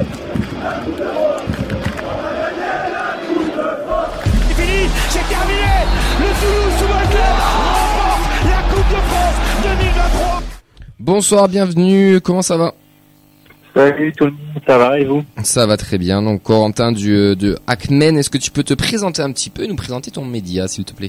Speaker 12: fini, c'est terminé. Le Toulouse Football Club remporte la Coupe de France deux mille vingt-trois.
Speaker 4: Bonsoir, bienvenue, comment ça va?
Speaker 13: Salut tout le monde, ça va et vous?
Speaker 4: Ça va très bien. Donc Corentin du euh, de Hackman, est-ce que tu peux te présenter un petit peu et nous présenter ton média s'il te plaît?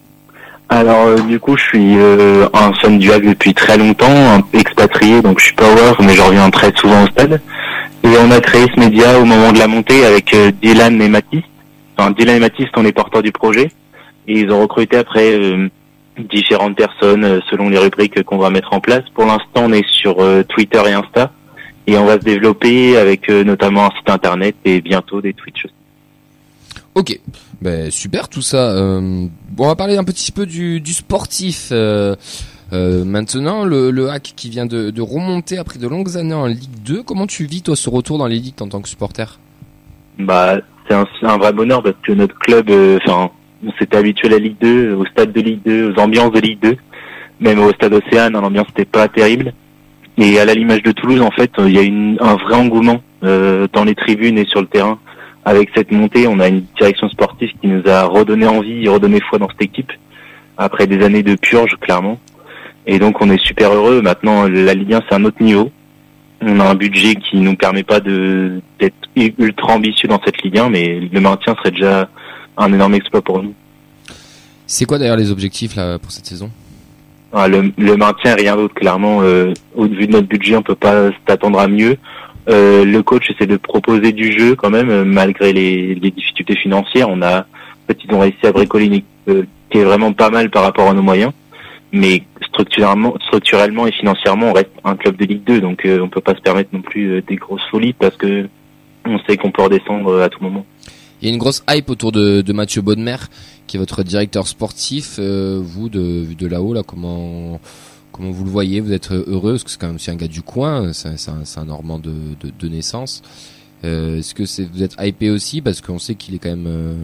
Speaker 13: Alors euh, du coup je suis euh, un fan du hack depuis très longtemps, un expatrié donc je suis power mais je reviens très souvent au stade. Et on a créé ce média au moment de la montée avec euh, Dylan et Mathis. Enfin Dylan et Mathis sont les porteurs du projet et ils ont recruté après euh, différentes personnes euh, selon les rubriques qu'on va mettre en place. Pour l'instant on est sur euh, Twitter et Insta. Et on va se développer avec euh, notamment un site internet et bientôt des Twitch aussi.
Speaker 4: Ok, ben super tout ça. Euh, bon, on va parler un petit peu du, du sportif. Euh, euh, maintenant, le, le hack qui vient de, de remonter après de longues années en Ligue deux. Comment tu vis toi ce retour dans les ligues en tant que supporter?
Speaker 13: Bah, c'est un, c'est un vrai bonheur parce que notre club, enfin, euh, on s'était habitué à la Ligue deux, au stade de Ligue deux, aux ambiances de Ligue deux. Même au stade Océane, l'ambiance n'était pas terrible. Et à l'image de Toulouse, en fait, il y a une, un vrai engouement euh, dans les tribunes et sur le terrain. Avec cette montée, on a une direction sportive qui nous a redonné envie et redonné foi dans cette équipe, après des années de purge, clairement. Et donc, on est super heureux. Maintenant, la Ligue un, c'est un autre niveau. On a un budget qui nous permet pas de d'être ultra ambitieux dans cette Ligue un, mais le maintien serait déjà un énorme exploit pour nous.
Speaker 4: C'est quoi d'ailleurs les objectifs là pour cette saison?
Speaker 13: Ah, le, le maintien, rien d'autre, clairement. Euh, au vu de notre budget, on peut pas s'attendre à mieux. Euh, le coach essaie de proposer du jeu quand même, euh, malgré les, les difficultés financières. On a, en fait, ils ont réussi à bricoler une équipe euh, qui est vraiment pas mal par rapport à nos moyens. Mais structurellement, structurellement et financièrement, on reste un club de Ligue deux, donc euh, on peut pas se permettre non plus euh, des grosses folies parce que on sait qu'on peut redescendre euh, à tout moment.
Speaker 4: Il y a une grosse hype autour de, de Mathieu Bodmer, qui est votre directeur sportif. Euh, vous, de, de là-haut, là, comment, comment vous le voyez? Vous êtes heureux parce que c'est quand même aussi un gars du coin, c'est, c'est, un, c'est un Normand de, de, de naissance. Euh, est-ce que c'est, vous êtes hypé aussi parce qu'on sait qu'il est quand même euh,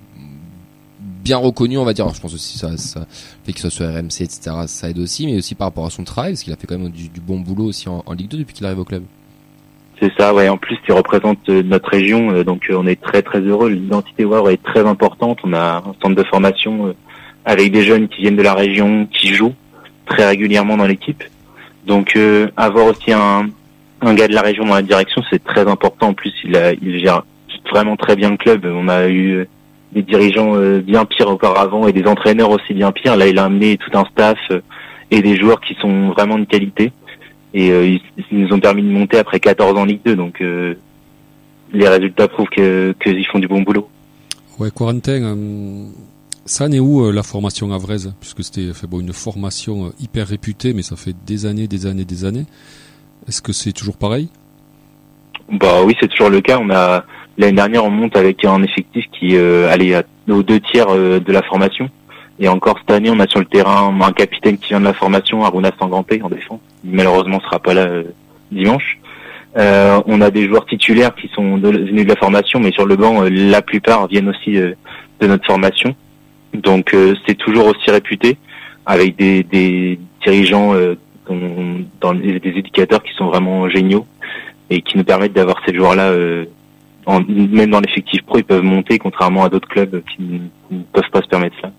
Speaker 4: bien reconnu, on va dire. Alors, je pense aussi ça, ça, le fait qu'il soit sur R M C, et cetera, ça aide aussi, mais aussi par rapport à son travail, parce qu'il a fait quand même du, du bon boulot aussi en, en Ligue deux depuis qu'il arrive au club.
Speaker 13: C'est ça, ouais. En plus, il représente euh, notre région, euh, donc euh, on est très très heureux. L'identité War est très importante. On a un centre de formation euh, avec des jeunes qui viennent de la région, qui jouent très régulièrement dans l'équipe. Donc, euh, avoir aussi un, un gars de la région dans la direction, c'est très important. En plus, il, a, il gère vraiment très bien le club. On a eu euh, des dirigeants euh, bien pires auparavant et des entraîneurs aussi bien pires. Là, il a amené tout un staff euh, et des joueurs qui sont vraiment de qualité. Et euh, ils, ils nous ont permis de monter après quatorze ans en Ligue deux, donc euh, les résultats prouvent que qu'ils font du bon boulot.
Speaker 3: Ouais, Corentin, euh, ça en est où euh, la formation à Vraise? Puisque c'était fait, bon, une formation euh, hyper réputée, mais ça fait des années, des années, des années. Est-ce que c'est toujours pareil?
Speaker 13: Bah oui, c'est toujours le cas. On a l'année dernière, on monte avec un effectif qui euh, allait à, aux deux tiers euh, de la formation. Et encore cette année, on a sur le terrain un capitaine qui vient de la formation, Aruna Sanganté en défense. Il, malheureusement, sera pas là euh, dimanche. Euh, on a des joueurs titulaires qui sont de, venus de la formation, mais sur le banc, euh, la plupart viennent aussi euh, de notre formation. Donc euh, c'est toujours aussi réputé, avec des, des dirigeants, euh, dont, dans les, des éducateurs qui sont vraiment géniaux et qui nous permettent d'avoir ces joueurs-là, euh, en, même dans l'effectif pro, ils peuvent monter, contrairement à d'autres clubs qui ne peuvent pas se permettre ça.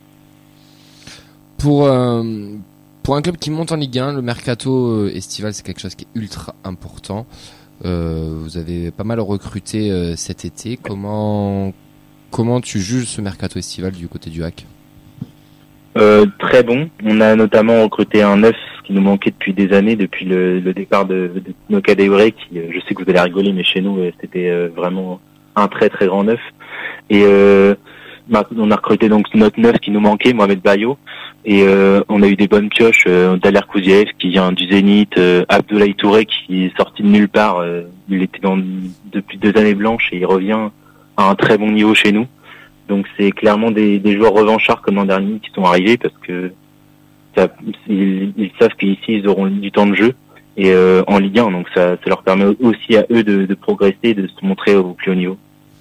Speaker 4: Pour euh, pour un club qui monte en Ligue un, le mercato estival, c'est quelque chose qui est ultra important. Euh, vous avez pas mal recruté euh, cet été. Comment comment tu juges ce mercato estival du côté du H A C?
Speaker 13: euh, Très bon. On a notamment recruté un neuf qui nous manquait depuis des années, depuis le, le départ de, de Noka Deure, qui, je sais que vous allez rigoler, mais chez nous, c'était euh, vraiment un très très grand neuf. Et euh, on a recruté donc notre neuf qui nous manquait, Mohamed Bayo, et euh, on a eu des bonnes pioches, euh, Daler Kouziev qui vient du Zénith, euh, Abdoulaye Touré qui est sorti de nulle part, euh, il était dans depuis deux années blanches et il revient à un très bon niveau chez nous. Donc c'est clairement des, des joueurs revanchards comme l'an dernier qui sont arrivés parce que ça, ils, ils savent qu'ici ils auront du temps de jeu et euh, en Ligue un, donc ça, ça leur permet aussi à eux de, de progresser, de se montrer au plus haut niveau.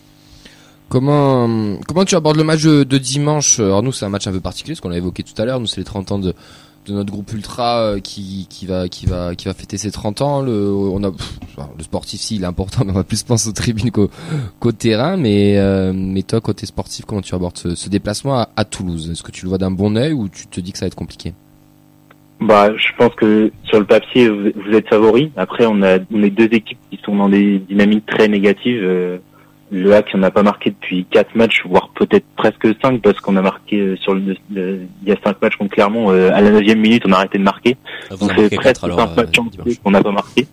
Speaker 4: Comment comment tu abordes le match de, de dimanche? Alors nous c'est un match un peu particulier, ce qu'on a évoqué tout à l'heure. Nous c'est les trente ans de de notre groupe ultra qui qui va qui va qui va fêter ses trente ans. Le on a pff, le sportif si il est important, mais on va plus penser aux tribunes qu'au qu'au terrain. Mais euh, mais toi côté sportif, comment tu abordes ce, ce déplacement à, à Toulouse? Est-ce que tu le vois d'un bon œil ou tu te dis que ça va être compliqué?
Speaker 13: Bah, je pense que sur le papier vous, vous êtes favoris. Après on a on est deux équipes qui sont dans des dynamiques très négatives. Euh, Le H A C, on n'a pas marqué depuis quatre matchs, voire peut-être presque cinq, parce qu'on a marqué sur le, le il y a cinq matchs contre Clermont, euh, à la neuvième minute, on a arrêté de marquer.
Speaker 1: Ah,
Speaker 13: donc c'est presque cinq matchs euh, qu'on n'a pas marqué.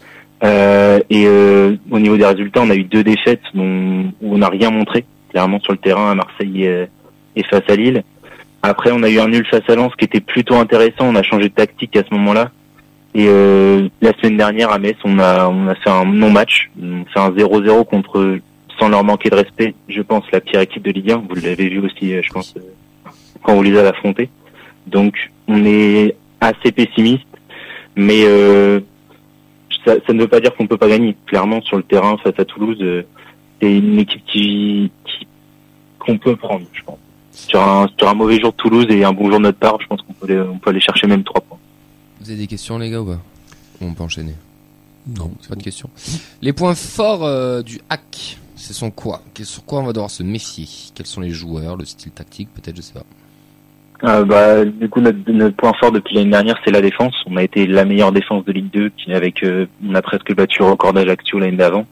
Speaker 13: Euh, et euh, au niveau des résultats, on a eu deux défaites dont, où on n'a rien montré, clairement sur le terrain à Marseille et, et face à Lille. Après, on a eu un nul face à Lens qui était plutôt intéressant. On a changé de tactique à ce moment-là. Et euh, la semaine dernière à Metz, on a on a fait un non-match, on fait un zéro zéro contre, sans leur manquer de respect, je pense, la pire équipe de Ligue un. Vous l'avez vu aussi, je pense, quand vous les avez affrontés. Donc, on est assez pessimiste, mais euh, ça, ça ne veut pas dire qu'on ne peut pas gagner. Clairement, sur le terrain, face à Toulouse, euh, c'est une équipe qui, qui qu'on peut prendre, je pense. Sur un, sur un mauvais jour de Toulouse et un bon jour de notre part, je pense qu'on peut aller, on peut aller chercher même trois points.
Speaker 4: Vous avez des questions, les gars, ou pas? On peut enchaîner.
Speaker 3: Non,
Speaker 4: pas de questions. Les points forts euh, du hack, ce sont quoi? Sur quoi on va devoir se méfier? Quels sont les joueurs, le style tactique, peut-être, je sais pas.
Speaker 13: Euh, bah, du coup, notre, notre point fort depuis l'année dernière, c'est la défense. On a été la meilleure défense de Ligue deux, qui avec, euh, on a presque battu le record d'Ajaccio l'année d'avant.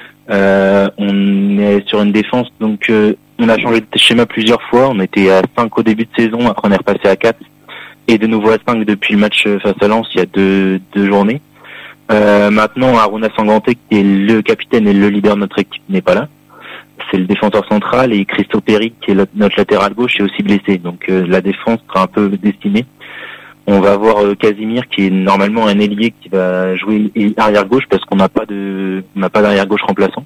Speaker 13: Euh, on est sur une défense, donc euh, on a changé de schéma plusieurs fois. On était à cinq au début de saison, après on est repassé à quatre, et de nouveau à cinq depuis le match face à Lens il y a deux, deux journées. Euh, maintenant, Aruna Sanganté, qui est le capitaine et le leader de notre équipe, n'est pas là. C'est le défenseur central, et Christo Perry, qui est notre latéral gauche, est aussi blessé. Donc euh, la défense sera un peu destinée. On va avoir euh, Casimir, qui est normalement un ailier qui va jouer arrière gauche parce qu'on n'a pas de, on n'a pas d'arrière gauche remplaçant.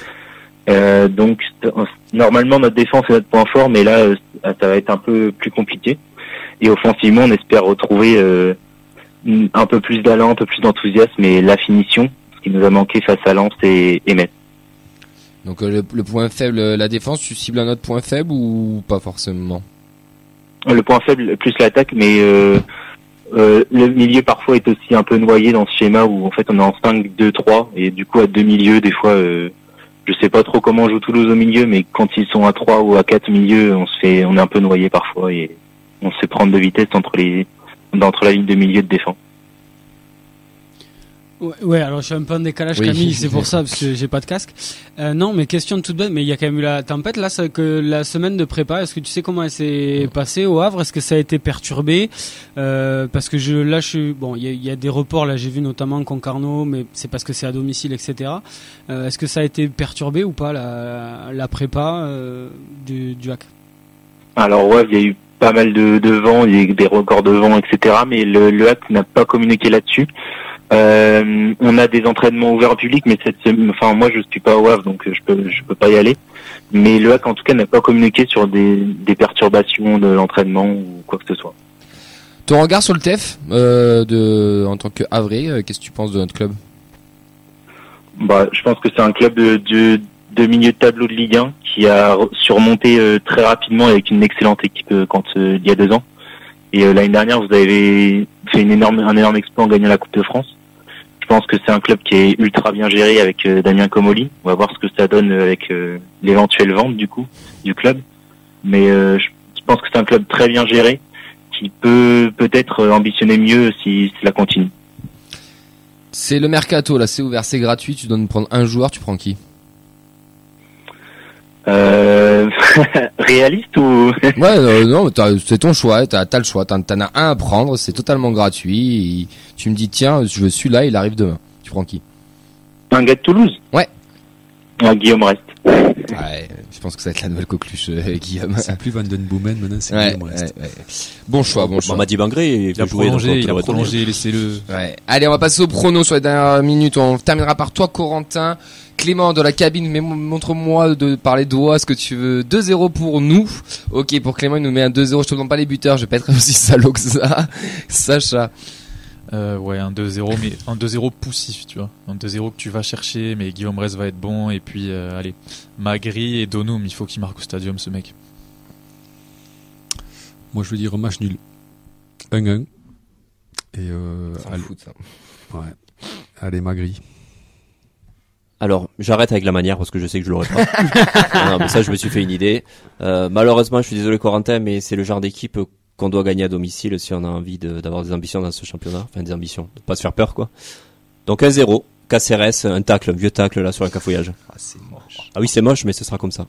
Speaker 13: Euh, donc normalement notre défense est notre point fort, mais là euh, ça va être un peu plus compliqué. Et offensivement, on espère retrouver euh, un peu plus d'allant, un peu plus d'enthousiasme et la finition, ce qui nous a manqué face à Lens et, et Metz.
Speaker 4: Donc euh, le, le point faible, la défense, tu cibles un autre point faible ou pas forcément?
Speaker 13: Le point faible, plus l'attaque, mais euh, euh, le milieu parfois est aussi un peu noyé dans ce schéma où en fait on est en cinq deux trois et du coup à deux milieux, des fois euh, je sais pas trop comment joue Toulouse au milieu, mais quand ils sont à trois ou à quatre milieux, on se fait, on est un peu noyé parfois et on se fait prendre de vitesse entre les, entre la ligne de milieu de défense.
Speaker 2: Ouais, ouais, alors je suis un peu en décalage,
Speaker 4: Oui.
Speaker 2: Camille, c'est pour ça, parce que j'ai pas de casque. Euh, non, mais question toute bête, mais il y a quand même eu la tempête, là, ça, que la semaine de prépa, est-ce que tu sais comment elle s'est passée au Havre? Est-ce que ça a été perturbé? Euh, parce que je, là, je suis, bon, il y a, y a des reports, là, j'ai vu notamment Concarneau, mais c'est parce que c'est à domicile, et cetera. Euh, est-ce que ça a été perturbé ou pas, la, la prépa, euh, du, du H A C?
Speaker 13: Alors ouais, il y a eu pas mal de, de vent, il y a eu des records de vent, et cetera. Mais le, le H A C n'a pas communiqué là-dessus. Euh, on a des entraînements ouverts au public, mais cette semaine, enfin moi je suis pas au Havre, donc je peux je peux pas y aller. Mais le H A C en tout cas n'a pas communiqué sur des, des perturbations de l'entraînement ou quoi que ce soit.
Speaker 4: Ton regard sur le T E F euh, de en tant que Havrais, euh, qu'est-ce que tu penses de notre club?
Speaker 13: Bah, je pense que c'est un club de, de, de milieu de tableau de Ligue un qui a surmonté euh, très rapidement avec une excellente équipe euh, quand euh, il y a deux ans. Et euh, l'année dernière, vous avez fait une énorme, un énorme exploit en gagnant la Coupe de France. Je pense que c'est un club qui est ultra bien géré avec euh, Damien Comolli. On va voir ce que ça donne avec euh, l'éventuelle vente du coup du club. Mais euh, je pense que c'est un club très bien géré qui peut peut-être ambitionner mieux si cela continue.
Speaker 4: C'est le mercato là, c'est ouvert, c'est gratuit. Tu dois nous prendre un joueur, tu prends qui?
Speaker 13: Euh, réaliste ou?
Speaker 4: Ouais, euh, non, t'as, c'est ton choix, t'as, t'as le choix, t'en, t'en as un à prendre, c'est totalement gratuit. Et tu me dis, tiens, je suis là, il arrive demain. Tu prends qui?
Speaker 13: Un gars de Toulouse?
Speaker 4: Ouais.
Speaker 13: Un Guillaume Rest.
Speaker 4: Ouais, je pense que ça va être la nouvelle coqueluche, euh, Guillaume.
Speaker 3: C'est plus Van Den Boomen maintenant, c'est
Speaker 4: ouais,
Speaker 3: Guillaume Rest.
Speaker 4: Ouais, ouais. Bon choix, bon choix.
Speaker 1: Mamadi Bangré,
Speaker 5: il a prolongé, il a prolongé, laissez-le.
Speaker 4: Ouais. Allez, on va passer au prono sur les dernières minutes. On terminera par toi, Corentin. Clément de la cabine, mais montre-moi de par les doigts ce que tu veux. deux zéro pour nous. Ok, pour Clément, il nous met un deux zéro. Je te demande pas les buteurs, je vais pas être aussi salaud que ça. Sacha.
Speaker 5: Euh, ouais, un deux zéro, mais un deux zéro poussif, tu vois. Un deux zéro que tu vas chercher, mais Guillaume Rest va être bon. Et puis, euh, allez, Magri et Donum, il faut qu'il marque au stadium, ce mec.
Speaker 3: Moi, je veux dire match nul. un un. Et euh,
Speaker 4: ça
Speaker 3: allez.
Speaker 4: fout, ça.
Speaker 3: Ouais. Allez, Magri.
Speaker 1: Alors, j'arrête avec la manière parce que je sais que je l'aurai pas. Non, mais ça, je me suis fait une idée. Euh, malheureusement, je suis désolé, Corentin, mais c'est le genre d'équipe qu'on doit gagner à domicile si on a envie de, d'avoir des ambitions dans ce championnat. Enfin, des ambitions. De pas se faire peur, quoi. Donc, un zéro. K C R S, un tacle, un vieux tacle, là, sur un cafouillage.
Speaker 4: Ah, c'est moche.
Speaker 1: Ah oui, c'est moche, mais ce sera comme ça.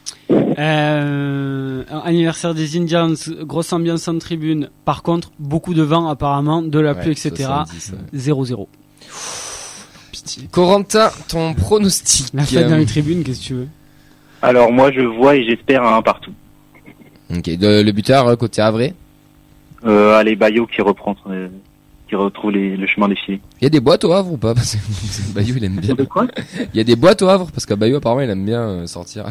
Speaker 2: Euh, anniversaire des Indians, grosse ambiance en tribune. Par contre, beaucoup de vent apparemment, de la pluie,
Speaker 4: Ouais,
Speaker 2: et cetera.
Speaker 4: soixante-dix, ouais.
Speaker 2: zéro zéro.
Speaker 4: Corentin, ton pronostic.
Speaker 2: La fête dans les tribunes, qu'est-ce que tu veux?
Speaker 13: Alors moi, je vois et j'espère un partout.
Speaker 4: Ok, de, le buteur côté Havrais.
Speaker 13: Euh, allez, Bayo qui reprend, euh, qui retrouve les, le chemin des filets.
Speaker 4: Il y a des boîtes au Havre ou pas? Parce que Bayo, il aime bien.
Speaker 13: De quoi?
Speaker 4: Il y a des boîtes au Havre parce que Bayo, apparemment, il aime bien euh, sortir.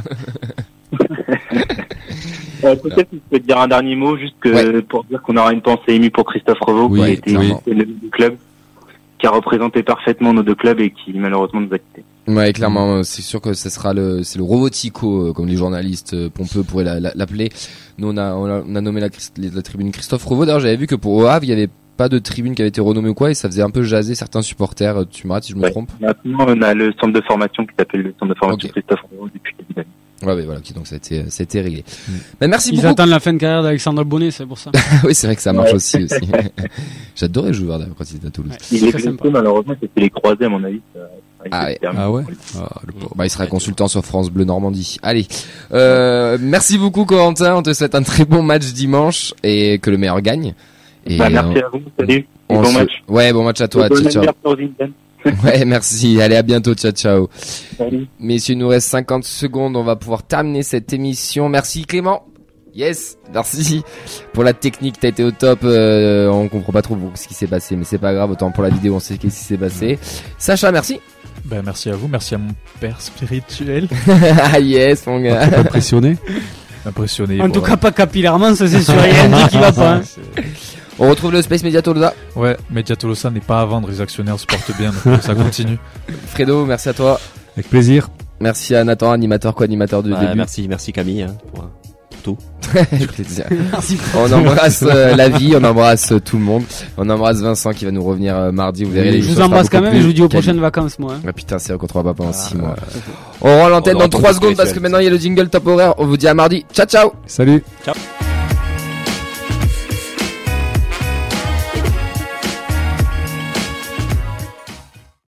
Speaker 13: euh, peut-être que je peux te dire un dernier mot, juste que
Speaker 4: Ouais.
Speaker 13: pour dire qu'on aura une pensée émue pour Christophe Revaux,
Speaker 3: Oui,
Speaker 13: qui a été
Speaker 4: oui.
Speaker 13: le du club, qui a représenté parfaitement nos deux clubs et qui malheureusement nous a quittés.
Speaker 4: Ouais, clairement, c'est sûr que ce sera le, c'est le Robotico, euh, comme les journalistes euh, pompeux pourraient la- la- l'appeler. Nous, on a, on a, on a nommé la, Christ- la tribune Christophe Revaux. D'ailleurs, j'avais vu que pour au Havre, il y avait pas de tribune qui avait été renommée ou quoi, et ça faisait un peu jaser certains supporters. Euh, Tu m'arrêtes si je me
Speaker 13: Ouais.
Speaker 4: trompe.
Speaker 13: Maintenant, on a le centre de formation qui s'appelle le centre de formation
Speaker 4: Ok.
Speaker 13: Christophe Revaux depuis le début d'année.
Speaker 4: Ouais, mais voilà, ok, donc ça a été, ça a été réglé. Bah, merci
Speaker 2: Ils
Speaker 4: beaucoup.
Speaker 2: attendent la fin de carrière d'Alexandre Bonnet, c'est pour ça.
Speaker 4: Oui, c'est vrai que ça marche
Speaker 13: Ouais.
Speaker 4: aussi, aussi. J'adorais jouer d'ailleurs quand il était à Toulouse.
Speaker 2: Ouais,
Speaker 13: Il
Speaker 2: c'est
Speaker 13: est
Speaker 2: très
Speaker 13: blessé,
Speaker 2: sympa.
Speaker 13: malheureusement, c'était les croisés à mon avis. Ça, ça
Speaker 4: Ah
Speaker 13: a été
Speaker 4: ouais.
Speaker 13: terminé.
Speaker 3: Ah ouais? Ah, le pauvre.
Speaker 4: Bah, il sera consultant sur France Bleu Normandie. Allez. Euh, merci beaucoup, Corentin. On te souhaite un très bon match dimanche et que le meilleur gagne. Et
Speaker 13: Bah, merci
Speaker 4: on-
Speaker 13: à vous, salut, et
Speaker 4: on
Speaker 13: bon
Speaker 4: se-
Speaker 13: match.
Speaker 4: Ouais, bon match à toi.
Speaker 13: Et bon
Speaker 4: Ciao, ciao.
Speaker 13: anniversaire aux Indians.
Speaker 4: Ouais, merci. Allez, à bientôt. Ciao, ciao.
Speaker 13: Salut.
Speaker 4: Messieurs, il nous reste cinquante secondes. On va pouvoir terminer cette émission. Merci, Clément. Yes, merci pour la technique. T'as été au top. Euh, on comprend pas trop ce qui s'est passé, mais c'est pas grave. Autant pour la vidéo, on sait ce qui s'est passé. Sacha, merci.
Speaker 5: Ben, merci à vous, merci à mon père spirituel.
Speaker 4: Ah yes, mon gars.
Speaker 3: Impressionné?
Speaker 5: Impressionné.
Speaker 2: En tout
Speaker 5: voilà.
Speaker 2: cas, pas capillairement, ça c'est sûr. Il y a un dit qui va pas. hein.
Speaker 4: On retrouve le Space Media Tolosa.
Speaker 5: Ouais, Media Tolosa n'est pas à vendre, les actionnaires se portent bien, donc ça continue.
Speaker 4: Fredo, merci à toi.
Speaker 3: Avec plaisir.
Speaker 4: Merci à Nathan, animateur co-animateur de
Speaker 1: Ouais,
Speaker 4: début.
Speaker 1: merci, merci Camille hein, pour, pour tout.
Speaker 4: Avec plaisir.
Speaker 2: Merci.
Speaker 4: On embrasse euh, la vie, on embrasse euh, tout le monde. On embrasse Vincent qui va nous revenir euh, mardi. Vous verrez les
Speaker 2: Je
Speaker 4: choses
Speaker 2: vous embrasse
Speaker 4: beaucoup
Speaker 2: quand même
Speaker 4: plus
Speaker 2: et je vous dis aux
Speaker 4: quali-
Speaker 2: prochaines vacances, moi. hein.
Speaker 4: Ah putain, c'est vrai qu'on ne trouvera pas pendant six mois. On rend l'antenne
Speaker 1: On
Speaker 4: dans
Speaker 1: aura
Speaker 4: trois
Speaker 1: pas de
Speaker 4: secondes parce que
Speaker 1: spirituel.
Speaker 4: maintenant il y a le jingle top horaire. On vous dit à mardi. Ciao ciao.
Speaker 3: Salut.
Speaker 1: Ciao.